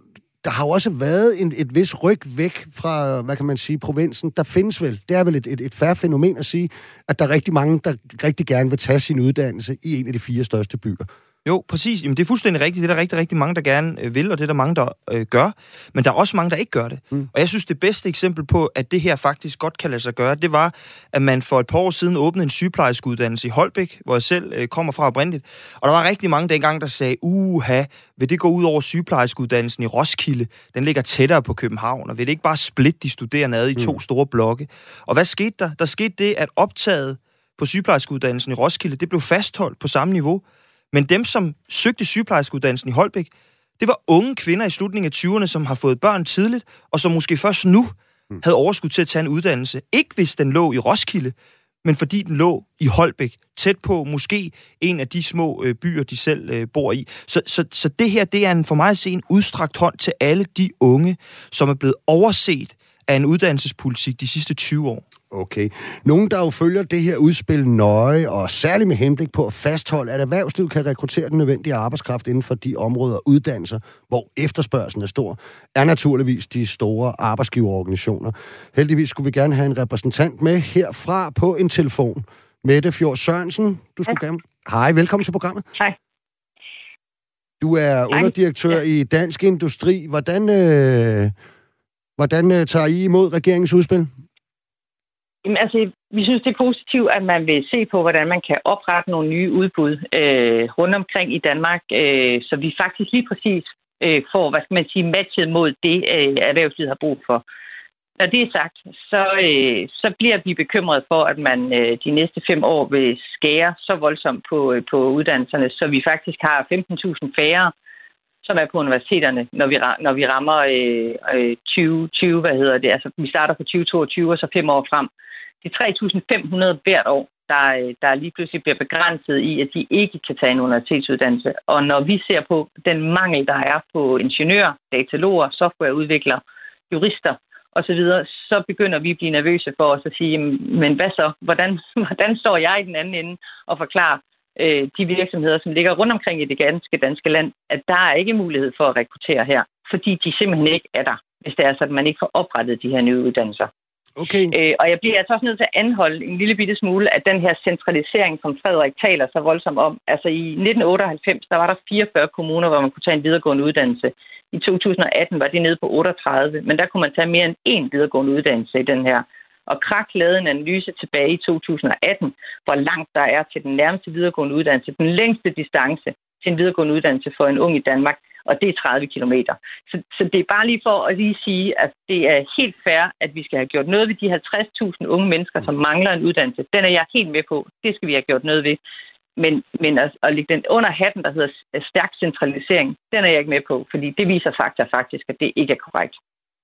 der har jo også været et vis ryg væk fra, hvad kan man sige, provinsen. Der findes vel, det er vel et fair fænomen at sige, at der er rigtig mange, der rigtig gerne vil tage sin uddannelse i en af de 4 største byer.
Jo, præcis. Jamen, det er fuldstændig rigtigt. Det er der rigtig, rigtig mange, der gerne vil, og det er der mange, der gør. Men der er også mange, der ikke gør det. Og jeg synes, det bedste eksempel på, at det her faktisk godt kan lade sig gøre, det var, at man for et par år siden åbnede en sygeplejerskeuddannelse i Holbæk, hvor jeg selv kommer fra oprindeligt. Og der var rigtig mange dengang, der sagde, vil det gå ud over sygeplejerskeuddannelsen i Roskilde? Den ligger tættere på København, og vil det ikke bare splitte de studerende ad i 2 store blokke? Og hvad skete der? Der skete det, at optaget på sygeplejerskeuddannelsen i Roskilde, det blev fastholdt på samme niveau. Men dem, som søgte sygeplejerskeuddannelsen i Holbæk, det var unge kvinder i slutningen af 20'erne, som har fået børn tidligt, og som måske først nu havde overskud til at tage en uddannelse. Ikke hvis den lå i Roskilde, men fordi den lå i Holbæk, tæt på måske en af de små byer, de selv bor i. Så det her, det er for mig at se en udstrakt hånd til alle de unge, som er blevet overset af en uddannelsespolitik de sidste 20 år.
Okay. Nogen, der jo følger det her udspil nøje, og særligt med henblik på at fastholde, at erhvervslivet kan rekruttere den nødvendige arbejdskraft inden for de områder og uddannelser, hvor efterspørgslen er stor, er naturligvis de store arbejdsgiverorganisationer. Heldigvis skulle vi gerne have en repræsentant med herfra på en telefon. Mette Fjord Sørensen, du skulle gerne... Hej, velkommen til programmet.
Hej.
Du er underdirektør i Dansk Industri. Hvordan tager I imod regeringens udspil?
Jamen, altså, vi synes, det er positivt, at man vil se på, hvordan man kan oprette nogle nye udbud rundt omkring i Danmark, så vi faktisk lige præcis får, matchet mod det, erhvervslivet har brug for. Når det er sagt, så bliver vi bekymret for, at man de næste 5 år vil skære så voldsomt på uddannelserne, så vi faktisk har 15.000 færre, som er på universiteterne, når vi rammer 2020, altså vi starter på 2022 og så 5 år frem. Det er 3.500 hvert år, der lige pludselig bliver begrænset i, at de ikke kan tage en universitetsuddannelse. Og når vi ser på den mangel, der er på ingeniører, dataloger, softwareudviklere, jurister osv., så begynder vi at blive nervøse for os at sige, men hvad så? Hvordan står jeg i den anden ende og forklarer de virksomheder, som ligger rundt omkring i det ganske danske land, at der er ikke mulighed for at rekruttere her, fordi de simpelthen ikke er der, hvis det er så, at man ikke får oprettet de her nye uddannelser.
Okay.
Og jeg bliver altså også nødt til at anholde en lille bitte smule af den her centralisering, som Frederik taler så voldsomt om. Altså i 1998, der var der 44 kommuner, hvor man kunne tage en videregående uddannelse. I 2018 var det nede på 38, men der kunne man tage mere end 1 videregående uddannelse i den her. Og Kraka lavede en analyse tilbage i 2018, hvor langt der er til den nærmeste videregående uddannelse. Den længste distance til en videregående uddannelse for en ung i Danmark, og det er 30 kilometer. Så det er bare lige for at lige sige, at det er helt fair, at vi skal have gjort noget ved de 50.000 unge mennesker, som mangler en uddannelse. Den er jeg helt med på. Det skal vi have gjort noget ved. Men at lægge den under hatten, der hedder stærk centralisering, den er jeg ikke med på, fordi det viser fakta faktisk, at det ikke er korrekt.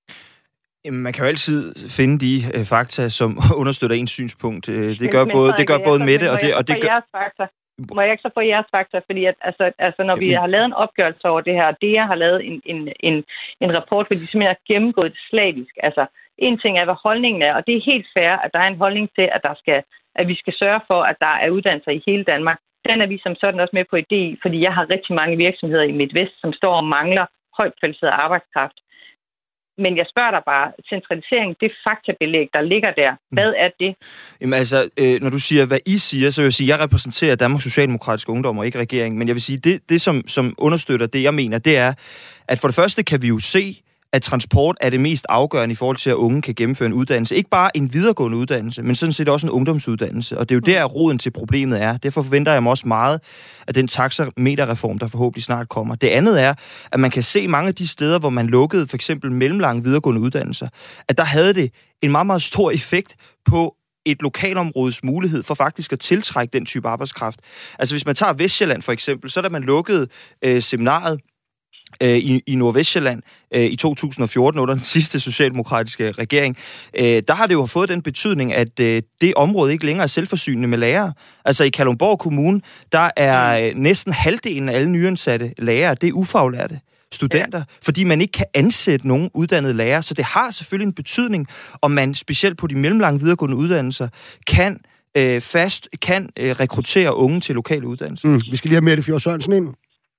Man kan jo altid finde de fakta, som understøtter ens synspunkt. Det gør både Mette, og det gør...
Må jeg ikke så få jeres fakta? Fordi at, når vi har lavet en opgørelse over det her, DEA har lavet en rapport, hvor de simpelthen har gennemgået det slavisk. Altså, en ting er, hvad holdningen er, og det er helt fair, at der er en holdning til, at vi skal sørge for, at der er uddannelser i hele Danmark. Den er vi som sådan også med på idé, fordi jeg har rigtig mange virksomheder i Midtvest, som står og mangler højt kvalificeret arbejdskraft. Men jeg spørger dig bare, centralisering, det faktabelæg, der ligger der, hvad er det?
Jamen altså, når du siger, hvad I siger, så vil jeg sige, at jeg repræsenterer Danmarks Socialdemokratiske Ungdom og ikke regeringen. Men jeg vil sige, det som understøtter det, jeg mener, det er, at for det første kan vi jo se, at transport er det mest afgørende i forhold til, at unge kan gennemføre en uddannelse. Ikke bare en videregående uddannelse, men sådan set også en ungdomsuddannelse. Og det er jo der, roden til problemet er. Derfor forventer jeg mig også meget af den taxameterreform, der forhåbentlig snart kommer. Det andet er, at man kan se mange af de steder, hvor man lukkede for eksempel mellemlange videregående uddannelser, at der havde det en meget, meget stor effekt på et lokalområdes mulighed for faktisk at tiltrække den type arbejdskraft. Altså hvis man tager Vestsjælland for eksempel, så da man lukkede seminaret i Nordvestjylland i 2014 under den sidste socialdemokratiske regering, der har det jo fået den betydning, at det område ikke længere er selvforsynende med lærere. Altså i Kalundborg Kommune, der er næsten halvdelen af alle nyansatte lærere, det er ufaglærte studenter, fordi man ikke kan ansætte nogen uddannede lærere. Så det har selvfølgelig en betydning, om man specielt på de mellemlange videregående uddannelser kan rekruttere unge til lokale uddannelser.
Vi skal lige have Mette Fjord Sørensen ind.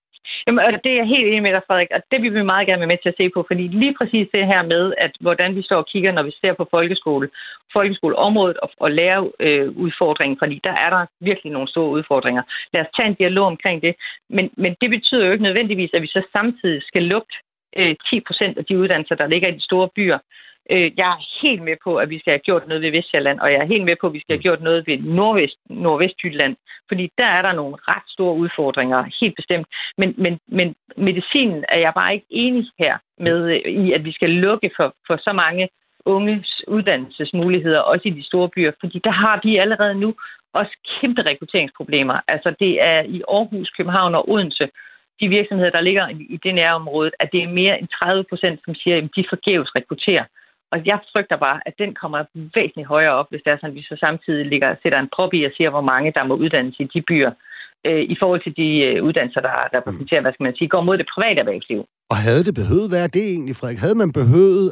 Jamen, og det er jeg helt enig med dig, Frederik, og det vil vi meget gerne være med til at se på, fordi lige præcis det her med, at hvordan vi står og kigger, når vi ser på folkeskoleområdet og læreudfordringen, fordi der er der virkelig nogle store udfordringer. Lad os tage en dialog omkring det, men det betyder jo ikke nødvendigvis, at vi så samtidig skal lukke 10% af de uddannelser, der ligger i de store byer. Jeg er helt med på, at vi skal have gjort noget ved Vestjylland, og jeg er helt med på, at vi skal have gjort noget ved Nordvestjylland, fordi der er der nogle ret store udfordringer, helt bestemt. Men medicinen er jeg bare ikke enig her med i, at vi skal lukke for så mange unges uddannelsesmuligheder, også i de store byer, fordi der har vi allerede nu også kæmpe rekrutteringsproblemer. Altså det er i Aarhus, København og Odense, de virksomheder, der ligger i det nærområde, at det er mere end 30%, som siger, at de forgæves rekrutterer. Og jeg frygter bare, at den kommer væsentligt højere op, hvis det er sådan, at vi så samtidig sætter en prop i og siger, hvor mange der må uddannes i de byer, i forhold til de uddannelser, der repræsenterer, går mod det private erhvervsliv. Og
havde det behøvet være det egentlig, Frederik? Havde man behøvet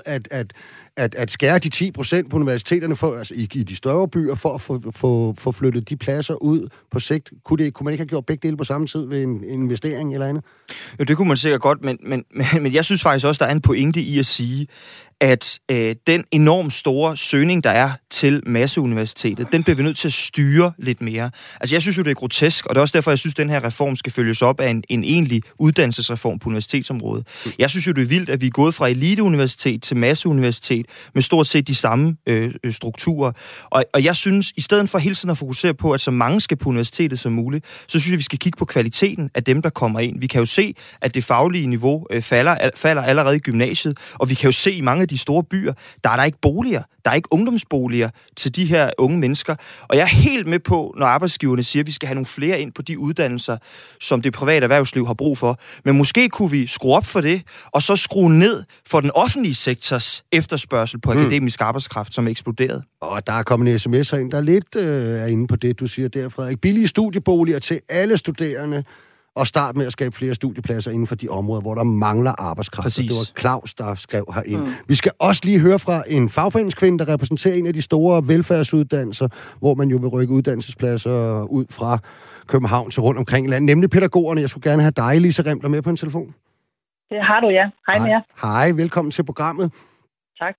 at skære de 10% på universiteterne i de større byer for at få flyttet de pladser ud på sigt? Kunne man ikke have gjort begge dele på samme tid ved en investering eller andet?
Jo, det kunne man sikkert godt, men jeg synes faktisk også, der er en pointe i at sige, at den enormt store søgning, der er til Masseuniversitetet, den bliver vi nødt til at styre lidt mere. Altså, jeg synes jo, det er grotesk, og det er også derfor, jeg synes, at den her reform skal følges op af en egentlig uddannelsesreform på universitetsområdet. Jeg synes jo, det er vildt, at vi er gået fra eliteuniversitet til Masseuniversitet med stort set de samme strukturer. Og jeg synes, i stedet for hele tiden at fokusere på, at så mange skal på universitetet som muligt, så synes jeg, vi skal kigge på kvaliteten af dem, der kommer ind. Vi kan jo se, at det faglige niveau falder allerede i gymnasiet, og vi kan jo se i mange af de store byer, der er der ikke boliger. Der er ikke ungdomsboliger til de her unge mennesker. Og jeg er helt med på, når arbejdsgiverne siger, at vi skal have nogle flere ind på de uddannelser, som det private erhvervsliv har brug for. Men måske kunne vi skrue op for det, og så skrue ned for den offentlige sektors efterspørgsel på akademisk arbejdskraft, som er eksploderet.
Og der er kommet en sms ind, der lidt er inde på det, du siger der, Frederik. Billige studieboliger til alle studerende, og start med at skabe flere studiepladser inden for de områder, hvor der mangler arbejdskraft. Præcis. Det var Claus, der skrev herind. Vi skal også lige høre fra en fagforeningskvinde, der repræsenterer en af de store velfærdsuddannelser, hvor man jo vil rykke uddannelsespladser ud fra København til rundt omkring i landet, nemlig pædagogerne. Jeg skulle gerne have dig, Lisa Rempler, med på en telefon.
Det har du, ja. Hej med jer.
Hej, velkommen til programmet.
Tak.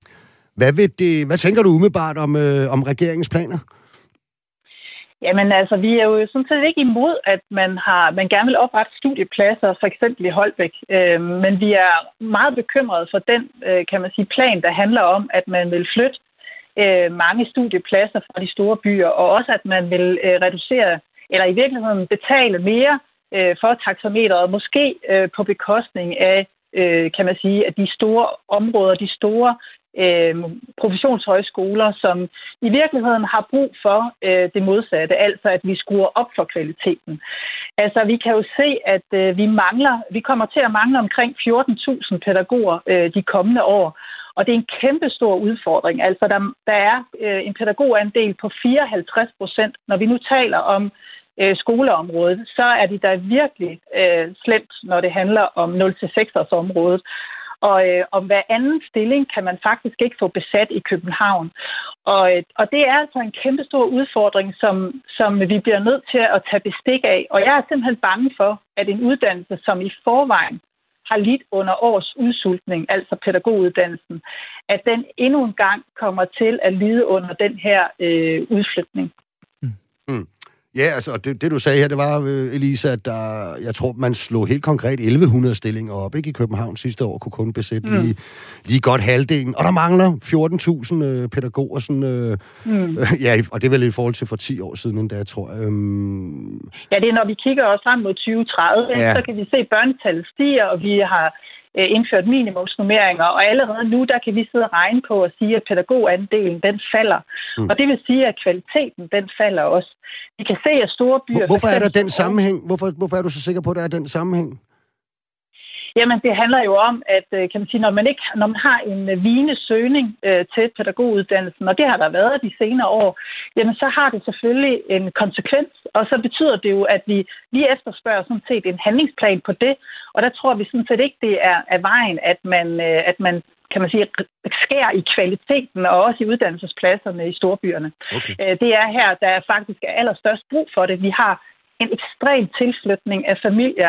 Hvad tænker du umiddelbart om regeringens planer?
Jamen altså, vi er jo sådan set ikke imod, at man gerne vil oprette studiepladser, for eksempel i Holbæk. Men vi er meget bekymrede for den, kan man sige, plan, der handler om, at man vil flytte mange studiepladser fra de store byer, og også at man vil reducere, eller i virkeligheden betale mere for taxameteret, måske på bekostning af, kan man sige, at de store områder, de store professionshøjskoler, som i virkeligheden har brug for det modsatte, altså at vi skruer op for kvaliteten. Altså vi kan jo se, at vi kommer til at mangle omkring 14.000 pædagoger de kommende år, og det er en kæmpe stor udfordring. Altså der er en pædagogandel på 54%. Når vi nu taler om skoleområdet, så er de der virkelig slemt, når det handler om 0-6'ers området. Og om hver anden stilling kan man faktisk ikke få besat i København. Og det er altså en kæmpe stor udfordring, som vi bliver nødt til at tage bestik af. Og jeg er simpelthen bange for, at en uddannelse, som i forvejen har lidt under års udsultning, altså pædagoguddannelsen, at den endnu en gang kommer til at lide under den her udflytning.
Ja, altså, det du sagde her, det var, Elisa, at jeg tror, man slog helt konkret 1100 stillinger op, ikke? I København sidste år, kunne kun besætte lige godt halvdelen. Og der mangler 14.000 pædagoger, sådan, ja, og det er vel i forhold til for 10 år siden endda, tror jeg.
Ja, det er, når vi kigger også frem mod 2030, så kan vi se, at børnetallet stiger, og vi har indført minimumsnummeringer, og allerede nu, der kan vi sidde og regne på at sige, at pædagogandelen, den falder. Og det vil sige, at kvaliteten, den falder også. Vi kan se, at store byer...
Hvorfor er der den sammenhæng? Hvorfor er du så sikker på, at der er den sammenhæng?
Jamen, det handler jo om, at kan man sige, når man har en vigende søgning til pædagoguddannelsen, og det har der været de senere år, jamen så har det selvfølgelig en konsekvens, og så betyder det jo, at vi efterspørger sådan set en handlingsplan på det, og der tror vi sådan set ikke, det er vejen, at man kan man sige, skærer i kvaliteten, og også i uddannelsespladserne i storbyerne. Okay. Det er her, der faktisk er allerstørst brug for det. Vi har en ekstrem tilflytning af familier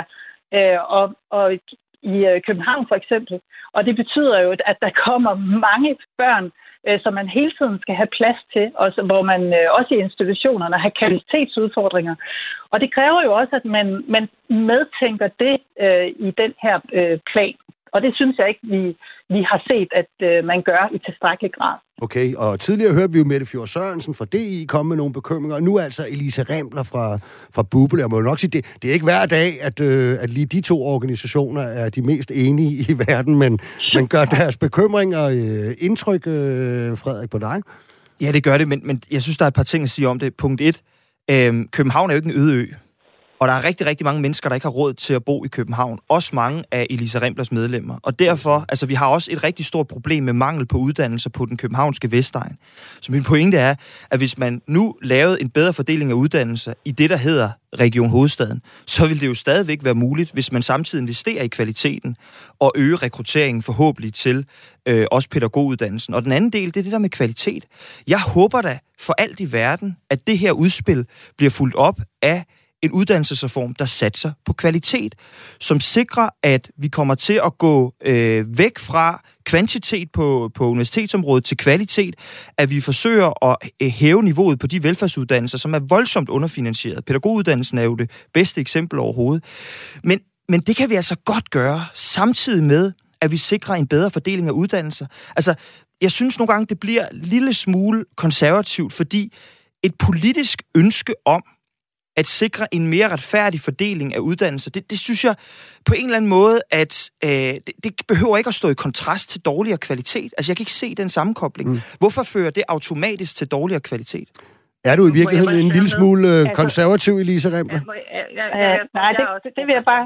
Og i København for eksempel. Og det betyder jo, at der kommer mange børn, som man hele tiden skal have plads til, og hvor man også i institutionerne har kapacitetsudfordringer. Og det kræver jo også, at man medtænker det i den her plan. Og det synes jeg ikke, vi har set, at man gør i tilstrækkelig grad.
Okay, og tidligere hørte vi jo Mette Fjord Sørensen fra DI komme med nogle bekymringer, og nu altså Elisa Rembler fra BUPL. Jeg må jo nok sige, det er ikke hver dag, at lige de to organisationer er de mest enige i verden, men gør deres bekymringer indtryk, Frederik, på dig?
Ja, det gør det, men jeg synes, der er et par ting at sige om det. Punkt 1. København er jo ikke en øde ø. Og der er rigtig, rigtig mange mennesker, der ikke har råd til at bo i København. Også mange af Elisa Remblers medlemmer. Og derfor, altså vi har også et rigtig stort problem med mangel på uddannelser på den københavnske Vestegn. Så min pointe er, at hvis man nu lavede en bedre fordeling af uddannelser i det, der hedder Region Hovedstaden, så vil det jo stadigvæk være muligt, hvis man samtidig investerer i kvaliteten og øger rekrutteringen forhåbentlig til også pædagoguddannelsen. Og den anden del, det er det der med kvalitet. Jeg håber da for alt i verden, at det her udspil bliver fulgt op af en uddannelsesreform, der satser på kvalitet, som sikrer, at vi kommer til at gå væk fra kvantitet på universitetsområdet til kvalitet, at vi forsøger at hæve niveauet på de velfærdsuddannelser, som er voldsomt underfinansieret. Pædagoguddannelsen er jo det bedste eksempel overhovedet. Men det kan vi altså godt gøre, samtidig med, at vi sikrer en bedre fordeling af uddannelser. Altså, jeg synes nogle gange, det bliver en lille smule konservativt, fordi et politisk ønske om at sikre en mere retfærdig fordeling af uddannelser, det synes jeg på en eller anden måde, at det behøver ikke at stå i kontrast til dårligere kvalitet. Altså, jeg kan ikke se den sammenkobling. Hvorfor fører det automatisk til dårligere kvalitet?
Er du i virkeligheden en lille smule konservativ, Elisa Rembler?
Nej, det vil jeg bare...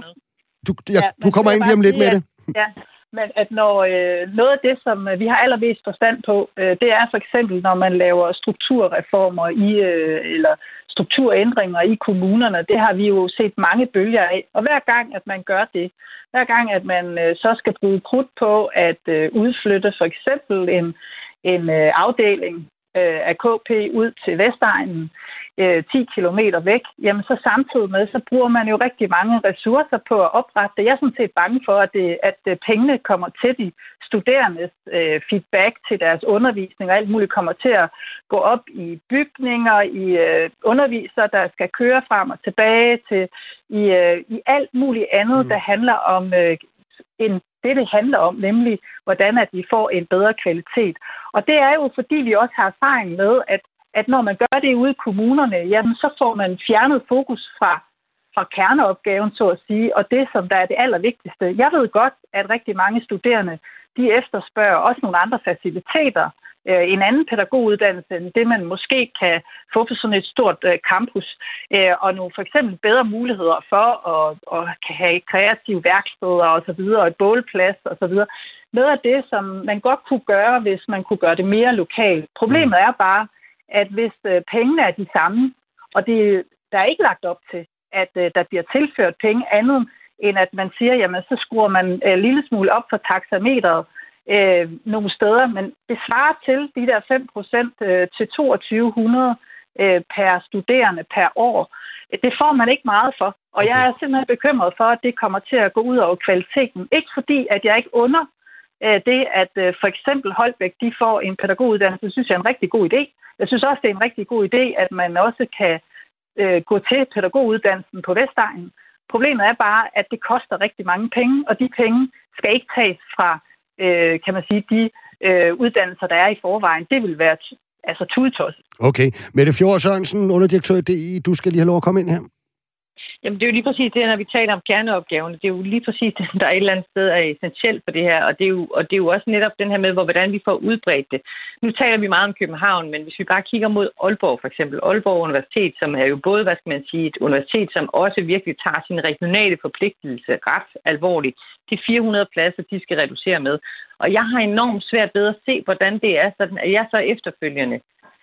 Du kommer ind lige om lidt med det.
Ja, men at når noget af det, som vi har allermest forstand på, det er for eksempel, når man laver strukturreformer eller strukturændringer i kommunerne. Det har vi jo set mange bølger af. Og hver gang, at man gør det, hver gang, at man så skal bruge krudt på at udflytte for eksempel en afdeling af KP ud til Vestegnen, 10 kilometer væk, jamen så samtidig med, så bruger man jo rigtig mange ressourcer på at oprette det. Jeg er sådan set bange for, at pengene kommer til de studerendes feedback til deres undervisning, og alt muligt kommer til at gå op i bygninger, i undervisere, der skal køre frem og tilbage, til i alt muligt andet, der handler om det handler om, nemlig hvordan at vi får en bedre kvalitet. Og det er jo, fordi vi også har erfaring med, at når man gør det ude i kommunerne, jamen så får man fjernet fokus fra kerneopgaven, så at sige, og det, som der er det allervigtigste. Jeg ved godt, at rigtig mange studerende, de efterspørger også nogle andre faciliteter, en anden pædagoguddannelse end det, man måske kan få på sådan et stort campus, og nogle for eksempel bedre muligheder for at kan have kreative værksteder og så videre, og et bålplads og så videre. Noget af det, som man godt kunne gøre, hvis man kunne gøre det mere lokalt. Problemet er bare, at hvis pengene er de samme, og der er ikke lagt op til, at der bliver tilført penge andet, end at man siger, jamen så skruer man en lille smule op for taxameteret nogle steder, men det svarer til de der 5% til 2200 per studerende per år. Det får man ikke meget for, og jeg er simpelthen bekymret for, at det kommer til at gå ud over kvaliteten. Ikke fordi, at jeg ikke under det, at for eksempel Holbæk, de får en pædagoguddannelse, synes jeg er en rigtig god idé. Jeg synes også, det er en rigtig god idé, at man også kan gå til pædagoguddannelsen på Vestegnen. Problemet er bare, at det koster rigtig mange penge, og de penge skal ikke tages fra, kan man sige, de uddannelser, der er i forvejen. Det vil være tudetosset.
Okay. Mette Fjord Sørensen, underdirektør i DI, du skal lige have lov at komme ind her.
Jamen, det er jo lige præcis det, når vi taler om kerneopgaven. Det er jo lige præcis det, der et eller andet sted er essentielt for det her. Og det er jo også netop den her med, hvordan vi får udbredt det. Nu taler vi meget om København, men hvis vi bare kigger mod Aalborg for eksempel. Aalborg Universitet, som er jo både, et universitet, som også virkelig tager sin regionale forpligtelse ret alvorligt. De 400 pladser, de skal reducere med. Og jeg har enormt svært ved at se, hvordan det er, sådan at jeg så efterfølgende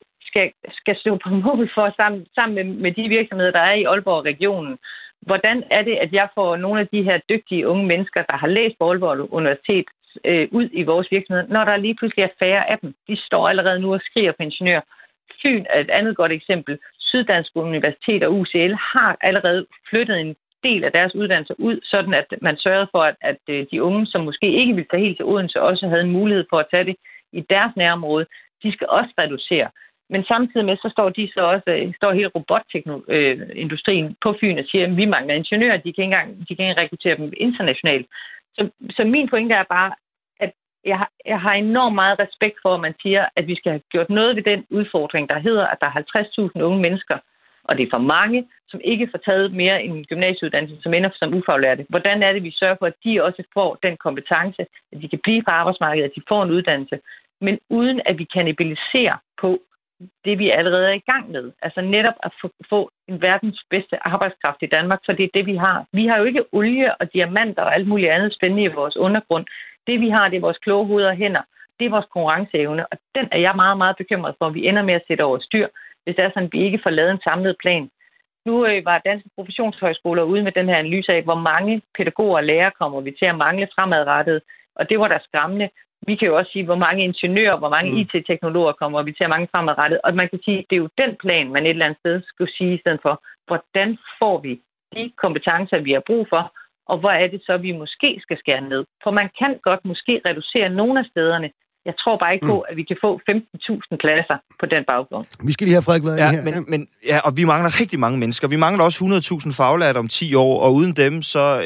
skal stå på mål for sammen med de virksomheder, der er i Aalborg-regionen. Hvordan er det, at jeg får nogle af de her dygtige unge mennesker, der har læst på Aalborg Universitet, ud i vores virksomhed, når der lige pludselig er færre af dem? De står allerede nu og skriger på ingeniør. Fyn er et andet godt eksempel. Syddansk Universitet og UCL har allerede flyttet del af deres uddannelser ud, sådan at man sørgede for, at de unge, som måske ikke ville tage helt til Odense, også havde en mulighed for at tage det i deres nærområde. De skal også reducere. Men samtidig med, så står hele robotteknologien på Fyn og siger, at vi mangler ingeniører, de kan ikke engang rekruttere dem internationalt. Så min pointe er bare, at jeg har enormt meget respekt for, at man siger, at vi skal have gjort noget ved den udfordring, der hedder, at der er 50.000 unge mennesker, og det er for mange, som ikke får taget mere end en gymnasieuddannelse, som ender som ufaglærte. Hvordan er det, vi sørger for, at de også får den kompetence, at de kan blive på arbejdsmarkedet, at de får en uddannelse, men uden at vi kannibaliserer på det, vi allerede er i gang med. Altså netop at få en verdens bedste arbejdskraft i Danmark, for det er det, vi har. Vi har jo ikke olie og diamanter og alt muligt andet spændende i vores undergrund. Det, vi har, det er vores kloge hoveder og hænder. Det er vores konkurrenceevne, og den er jeg meget, meget bekymret for, at vi ender med at sætte over styr, hvis det er sådan, at vi ikke får lavet en samlet plan. Nu var Danske Professionshøjskoler ude med den her analyse af, hvor mange pædagoger og lærere kommer vi til at mangle fremadrettet, og det var da skræmmende. Vi kan jo også sige, hvor mange ingeniører, hvor mange IT-teknologer kommer vi til at mangle fremadrettet, og man kan sige, at det er jo den plan, man et eller andet sted skulle sige i stedet for, hvordan får vi de kompetencer, vi har brug for, og hvor er det så, vi måske skal skære ned. For man kan godt måske reducere nogle af stederne. Jeg tror bare ikke på, at vi kan få 15.000 pladser på den baggrund.
Vi skal lige have Frederik været her.
Men, og vi mangler rigtig mange mennesker. Vi mangler også 100.000 faglærte om 10 år, og uden dem, så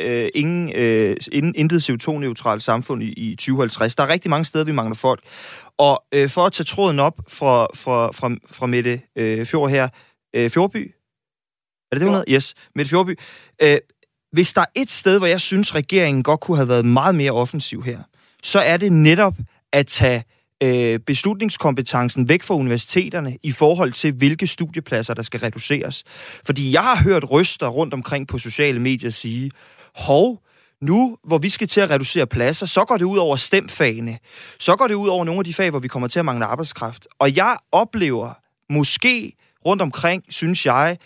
intet CO2-neutralt samfund i 2050. Der er rigtig mange steder, vi mangler folk. Og for at tage tråden op fra Mette Fjord her, Fjordby? Er det hun hedder? Yes, Mette Fjordby. Hvis der er et sted, hvor jeg synes, regeringen godt kunne have været meget mere offensiv her, så er det netop at tage beslutningskompetencen væk fra universiteterne i forhold til, hvilke studiepladser, der skal reduceres. Fordi jeg har hørt røster rundt omkring på sociale medier sige, nu, hvor vi skal til at reducere pladser, så går det ud over STEM-fagene. Så går det ud over nogle af de fag, hvor vi kommer til at mangle arbejdskraft. Og jeg oplever måske rundt omkring, synes jeg,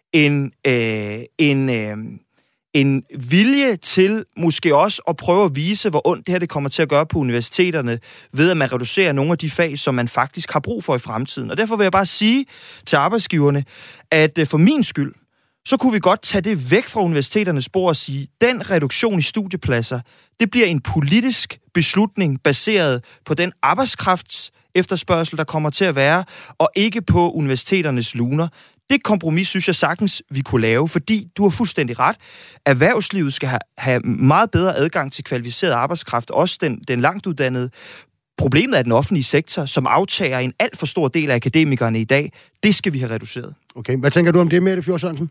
en vilje til måske også at prøve at vise, hvor ondt det her det kommer til at gøre på universiteterne, ved at man reducerer nogle af de fag, som man faktisk har brug for i fremtiden. Og derfor vil jeg bare sige til arbejdsgiverne, at for min skyld, så kunne vi godt tage det væk fra universiteternes spor og sige, den reduktion i studiepladser, det bliver en politisk beslutning baseret på den arbejdskrafts efterspørgsel, der kommer til at være, og ikke på universiteternes luner. Det kompromis, synes jeg sagtens, vi kunne lave, fordi du har fuldstændig ret. Erhvervslivet skal have meget bedre adgang til kvalificeret arbejdskraft, også den langt uddannede. Problemet er den offentlige sektor, som aftager en alt for stor del af akademikerne i dag. Det skal vi have reduceret.
Okay, hvad tænker du om det, Mette Fjord Sørensen?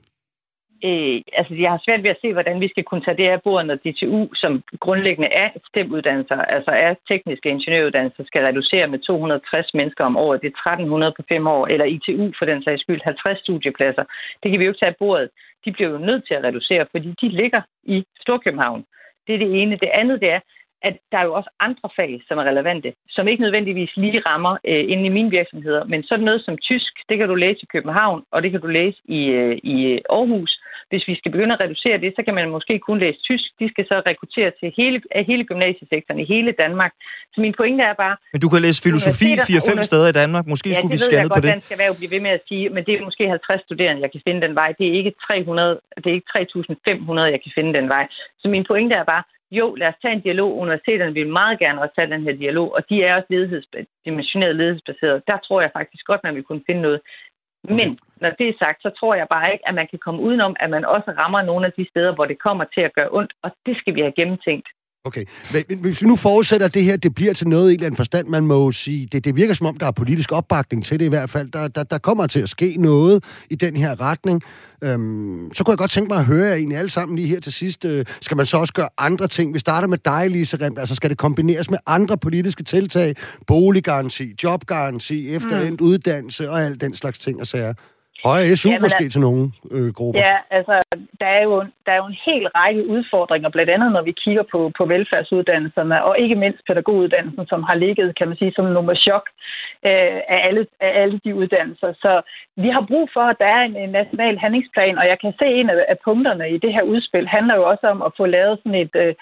Jeg har svært ved at se, hvordan vi skal kunne tage det af bordet, når DTU, som grundlæggende er STEM-uddannelser, altså er tekniske ingeniøruddannelser, skal reducere med 260 mennesker om året. Det er 1.300 på 5 år, eller ITU for den sags skyld, 50 studiepladser. Det kan vi jo ikke tage af bordet. De bliver jo nødt til at reducere, fordi de ligger i Storkøbenhavn. Det er det ene. Det andet, det er, at der er jo også andre fag, som er relevante, som ikke nødvendigvis lige rammer inde i mine virksomheder, men sådan noget som tysk, det kan du læse i København, og det kan du læse i Aarhus. Hvis vi skal begynde at reducere det, så kan man måske kun læse tysk. De skal så rekruttere til hele gymnasiesektoren i hele Danmark. Så min pointe er bare...
Men du kan læse filosofi 4-5 steder i Danmark. Måske skulle vi skære ned på det.
Ja, det ved jeg godt, skal være blive ved med at sige, men det er måske 50 studerende, jeg kan finde den vej. Det er ikke 300, det er ikke 3.500, jeg kan finde den vej. Så min pointe er bare, jo, lad os tage en dialog. Universiteterne vil meget gerne også tage den her dialog, og de er også dimensioneret ledighedsbaseret. Der tror jeg faktisk godt, man vil kunne finde noget. Men når det er sagt, så tror jeg bare ikke, at man kan komme udenom, at man også rammer nogle af de steder, hvor det kommer til at gøre ondt, og det skal vi have gennemtænkt.
Okay, men hvis vi nu forudsætter, at det her det bliver til noget i en eller anden forstand, man må sige, det virker som om, der er politisk opbakning til det i hvert fald. Der kommer til at ske noget i den her retning. Så kunne jeg godt tænke mig at høre jer egentlig alle sammen lige her til sidst. Skal man så også gøre andre ting? Vi starter med dig, Lise Rimm. Altså skal det kombineres med andre politiske tiltag? Boliggaranti, jobgaranti, efterendt uddannelse og alt den slags ting og sager. Højere SU måske til nogle grupper.
Ja, altså, der er jo en hel række udfordringer, blandt andet når vi kigger på velfærdsuddannelserne, og ikke mindst pædagoguddannelsen, som har ligget, kan man sige, som nummer chok af alle de uddannelser. Så vi har brug for, at der er en national handlingsplan, og jeg kan se, en af punkterne i det her udspil handler jo også om at få lavet sådan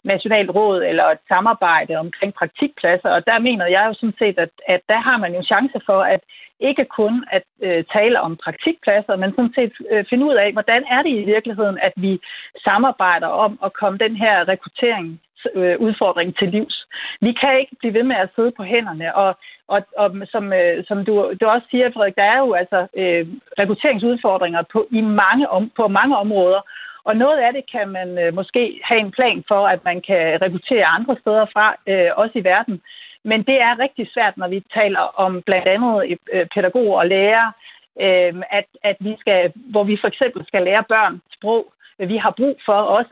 nationalt råd eller et samarbejde omkring praktikpladser, og der mener jeg jo sådan set, at der har man jo chance for at ikke kun at tale om praktikpladser, men sådan set finde ud af, hvordan er det i virkeligheden, at vi samarbejder om at komme den her rekrutteringsudfordring til livs. Vi kan ikke blive ved med at sidde på hænderne, og som du også siger, Frederik, der er jo altså rekrutteringsudfordringer på mange områder, og noget af det kan man måske have en plan for, at man kan rekruttere andre steder fra, også i verden. Men det er rigtig svært, når vi taler om blandt andet pædagoger og lærere, at vi skal, hvor vi for eksempel skal lære børn sprog. Vi har brug for også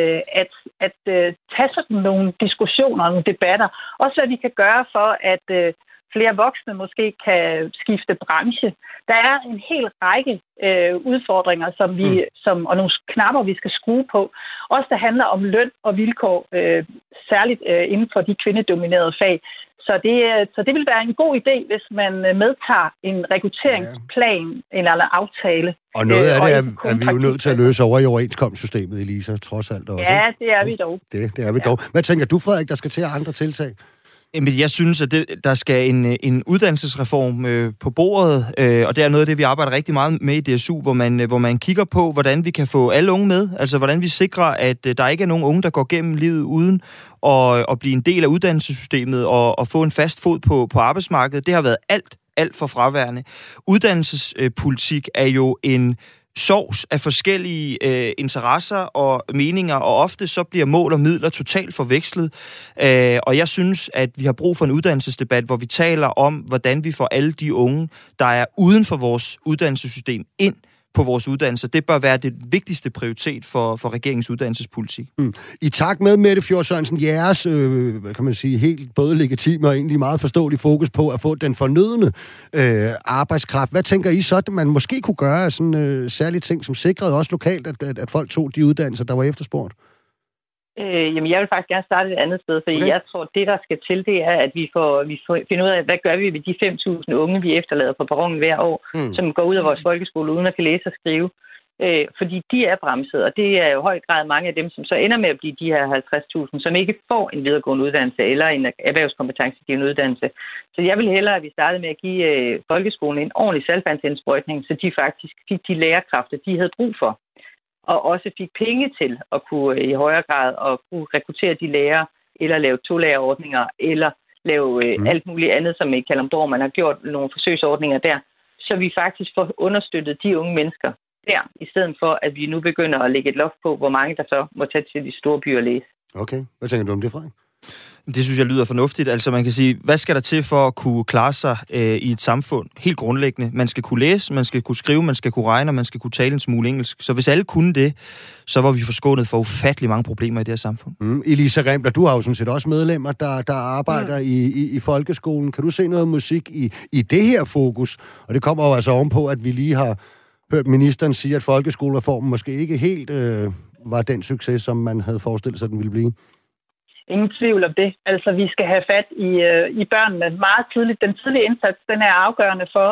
at tage sådan nogle diskussioner og nogle debatter. Også hvad vi kan gøre for, at flere voksne måske kan skifte branche. Der er en hel række udfordringer, og nogle knapper, vi skal skrue på. Også der handler om løn og vilkår, særligt inden for de kvindedominerede fag. Så det vil være en god idé, hvis man medtager en rekrutteringsplan eller en aftale.
Og noget af det er vi jo nødt til at løse over i overenskomstsystemet, Elisa, trods alt også.
Ja, det er vi dog.
Det er vi dog. Hvad tænker du, Frederik, der skal til andre tiltag?
Jamen, jeg synes, at der skal en uddannelsesreform på bordet, og det er noget af det, vi arbejder rigtig meget med i DSU, hvor man kigger på, hvordan vi kan få alle unge med, altså hvordan vi sikrer, at der ikke er nogen unge, der går gennem livet uden at blive en del af uddannelsessystemet og få en fast fod på arbejdsmarkedet. Det har været alt for fraværende. Uddannelsespolitik er jo en sovs af forskellige interesser og meninger, og ofte så bliver mål og midler totalt forvekslet. Og jeg synes, at vi har brug for en uddannelsesdebat, hvor vi taler om, hvordan vi får alle de unge, der er uden for vores uddannelsessystem, ind på vores uddannelser. Det bør være det vigtigste prioritet for regeringens uddannelsespolitik.
I takt med, Mette Fjord Sørensen, jeres, kan man sige, helt både legitime og egentlig meget forståelig fokus på at få den fornødne arbejdskraft. Hvad tænker I så, at man måske kunne gøre af sådan særlige ting, som sikrede også lokalt, at folk tog de uddannelser, der var efterspurgt?
Jamen, jeg vil faktisk gerne starte et andet sted, fordi jeg tror, det, der skal til, det er, at vi finder ud af, hvad gør vi ved de 5.000 unge, vi efterlader på perronen hver år, som går ud af vores folkeskole uden at kan læse og skrive. Fordi de er bremset, og det er jo i høj grad mange af dem, som så ender med at blive de her 50.000, som ikke får en videregående uddannelse eller en erhvervskompetencegivende uddannelse. Så jeg vil hellere, at vi startede med at give folkeskolen en ordentlig saltvandsindsprøjtning, så de faktisk fik de lærerkræfter, de havde brug for. Og også fik penge til at kunne i højere grad at kunne rekruttere de lærere, eller lave tolærerordninger, eller lave alt muligt andet, som i Kalundborg, man har gjort nogle forsøgsordninger der, så vi faktisk får understøttet de unge mennesker der, i stedet for, at vi nu begynder at lægge et loft på, hvor mange der så må tage til de store byer og læse.
Okay. Hvad tænker du om det, Frederik?
Det synes jeg lyder fornuftigt. Altså man kan sige, hvad skal der til for at kunne klare sig i et samfund? Helt grundlæggende. Man skal kunne læse, man skal kunne skrive, man skal kunne regne, og man skal kunne tale en smule engelsk. Så hvis alle kunne det, så var vi forskånet for ufattelig mange problemer i det her samfund.
Elisa Rembler, du har jo sådan set også medlemmer, der arbejder i folkeskolen. Kan du se noget musik i det her fokus? Og det kommer jo altså ovenpå, at vi lige har hørt ministeren sige, at folkeskolereformen måske ikke helt var den succes, som man havde forestillet sig, den ville blive.
Ingen tvivl om det. Altså, vi skal have fat i børnene meget tidligt. Den tidlige indsats, den er afgørende for,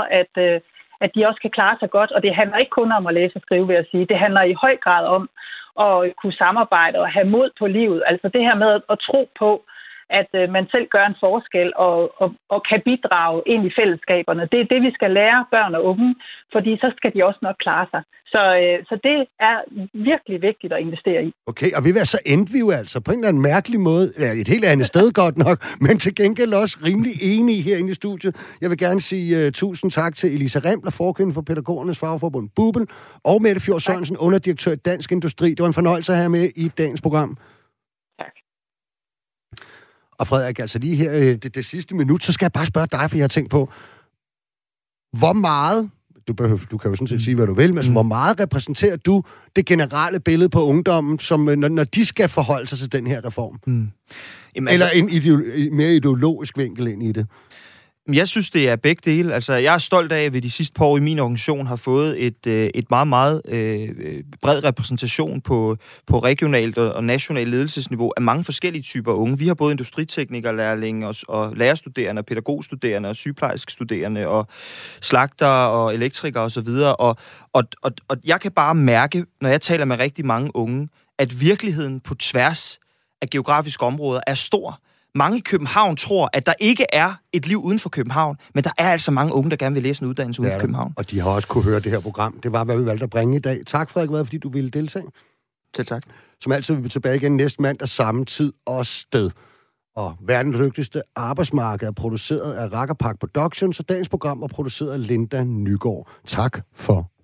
at de også kan klare sig godt. Og det handler ikke kun om at læse og skrive, vil jeg sige. Det handler i høj grad om at kunne samarbejde og have mod på livet. Altså det her med at tro på, at man selv gør en forskel og kan bidrage ind i fællesskaberne. Det er det, vi skal lære børn og unge, fordi så skal de også nok klare sig. Så det er virkelig vigtigt at investere i.
Okay, og så endte vi jo altså på en eller anden mærkelig måde, et helt andet sted godt nok, men til gengæld også rimelig enige herinde i studiet. Jeg vil gerne sige tusind tak til Elisa Rembler, forkvinde for Pædagogernes Fagforbund BUPL, og Mette Fjord Sørensen, underdirektør i Dansk Industri. Det var en fornøjelse at have med i dagens program. Og Frederik, altså lige her det sidste minut, så skal jeg bare spørge dig, for jeg har tænkt på, hvor meget, du kan jo sådan set sige, hvad du vil, men hvor meget repræsenterer du det generelle billede på ungdommen, som når de skal forholde sig til den her reform? Jamen, eller en mere ideologisk vinkel ind i det?
Jeg synes, det er begge dele. Altså, jeg er stolt af, at vi de sidste par år i min organisation har fået et meget, meget bred repræsentation på regionalt og nationalt ledelsesniveau af mange forskellige typer unge. Vi har både industriteknikerlærlinge og lærerstuderende, og pædagogstuderende og sygeplejerskestuderende og slagter og elektrikere osv. Og jeg kan bare mærke, når jeg taler med rigtig mange unge, at virkeligheden på tværs af geografiske områder er stor. Mange i København tror, at der ikke er et liv uden for København, men der er altså mange unge, der gerne vil læse en uddannelse uden for København.
Og de har også kunne høre det her program. Det var, hvad vi valgte at bringe i dag. Tak, Frederik Vad, fordi du ville deltage.
Selv tak.
Som altid vil vi tilbage igen næste mandag samme tid og sted. Og verdens lykkeligste arbejdsmarked er produceret af Rakkerpark Productions, og dagens program er produceret af Linda Nygaard. Tak for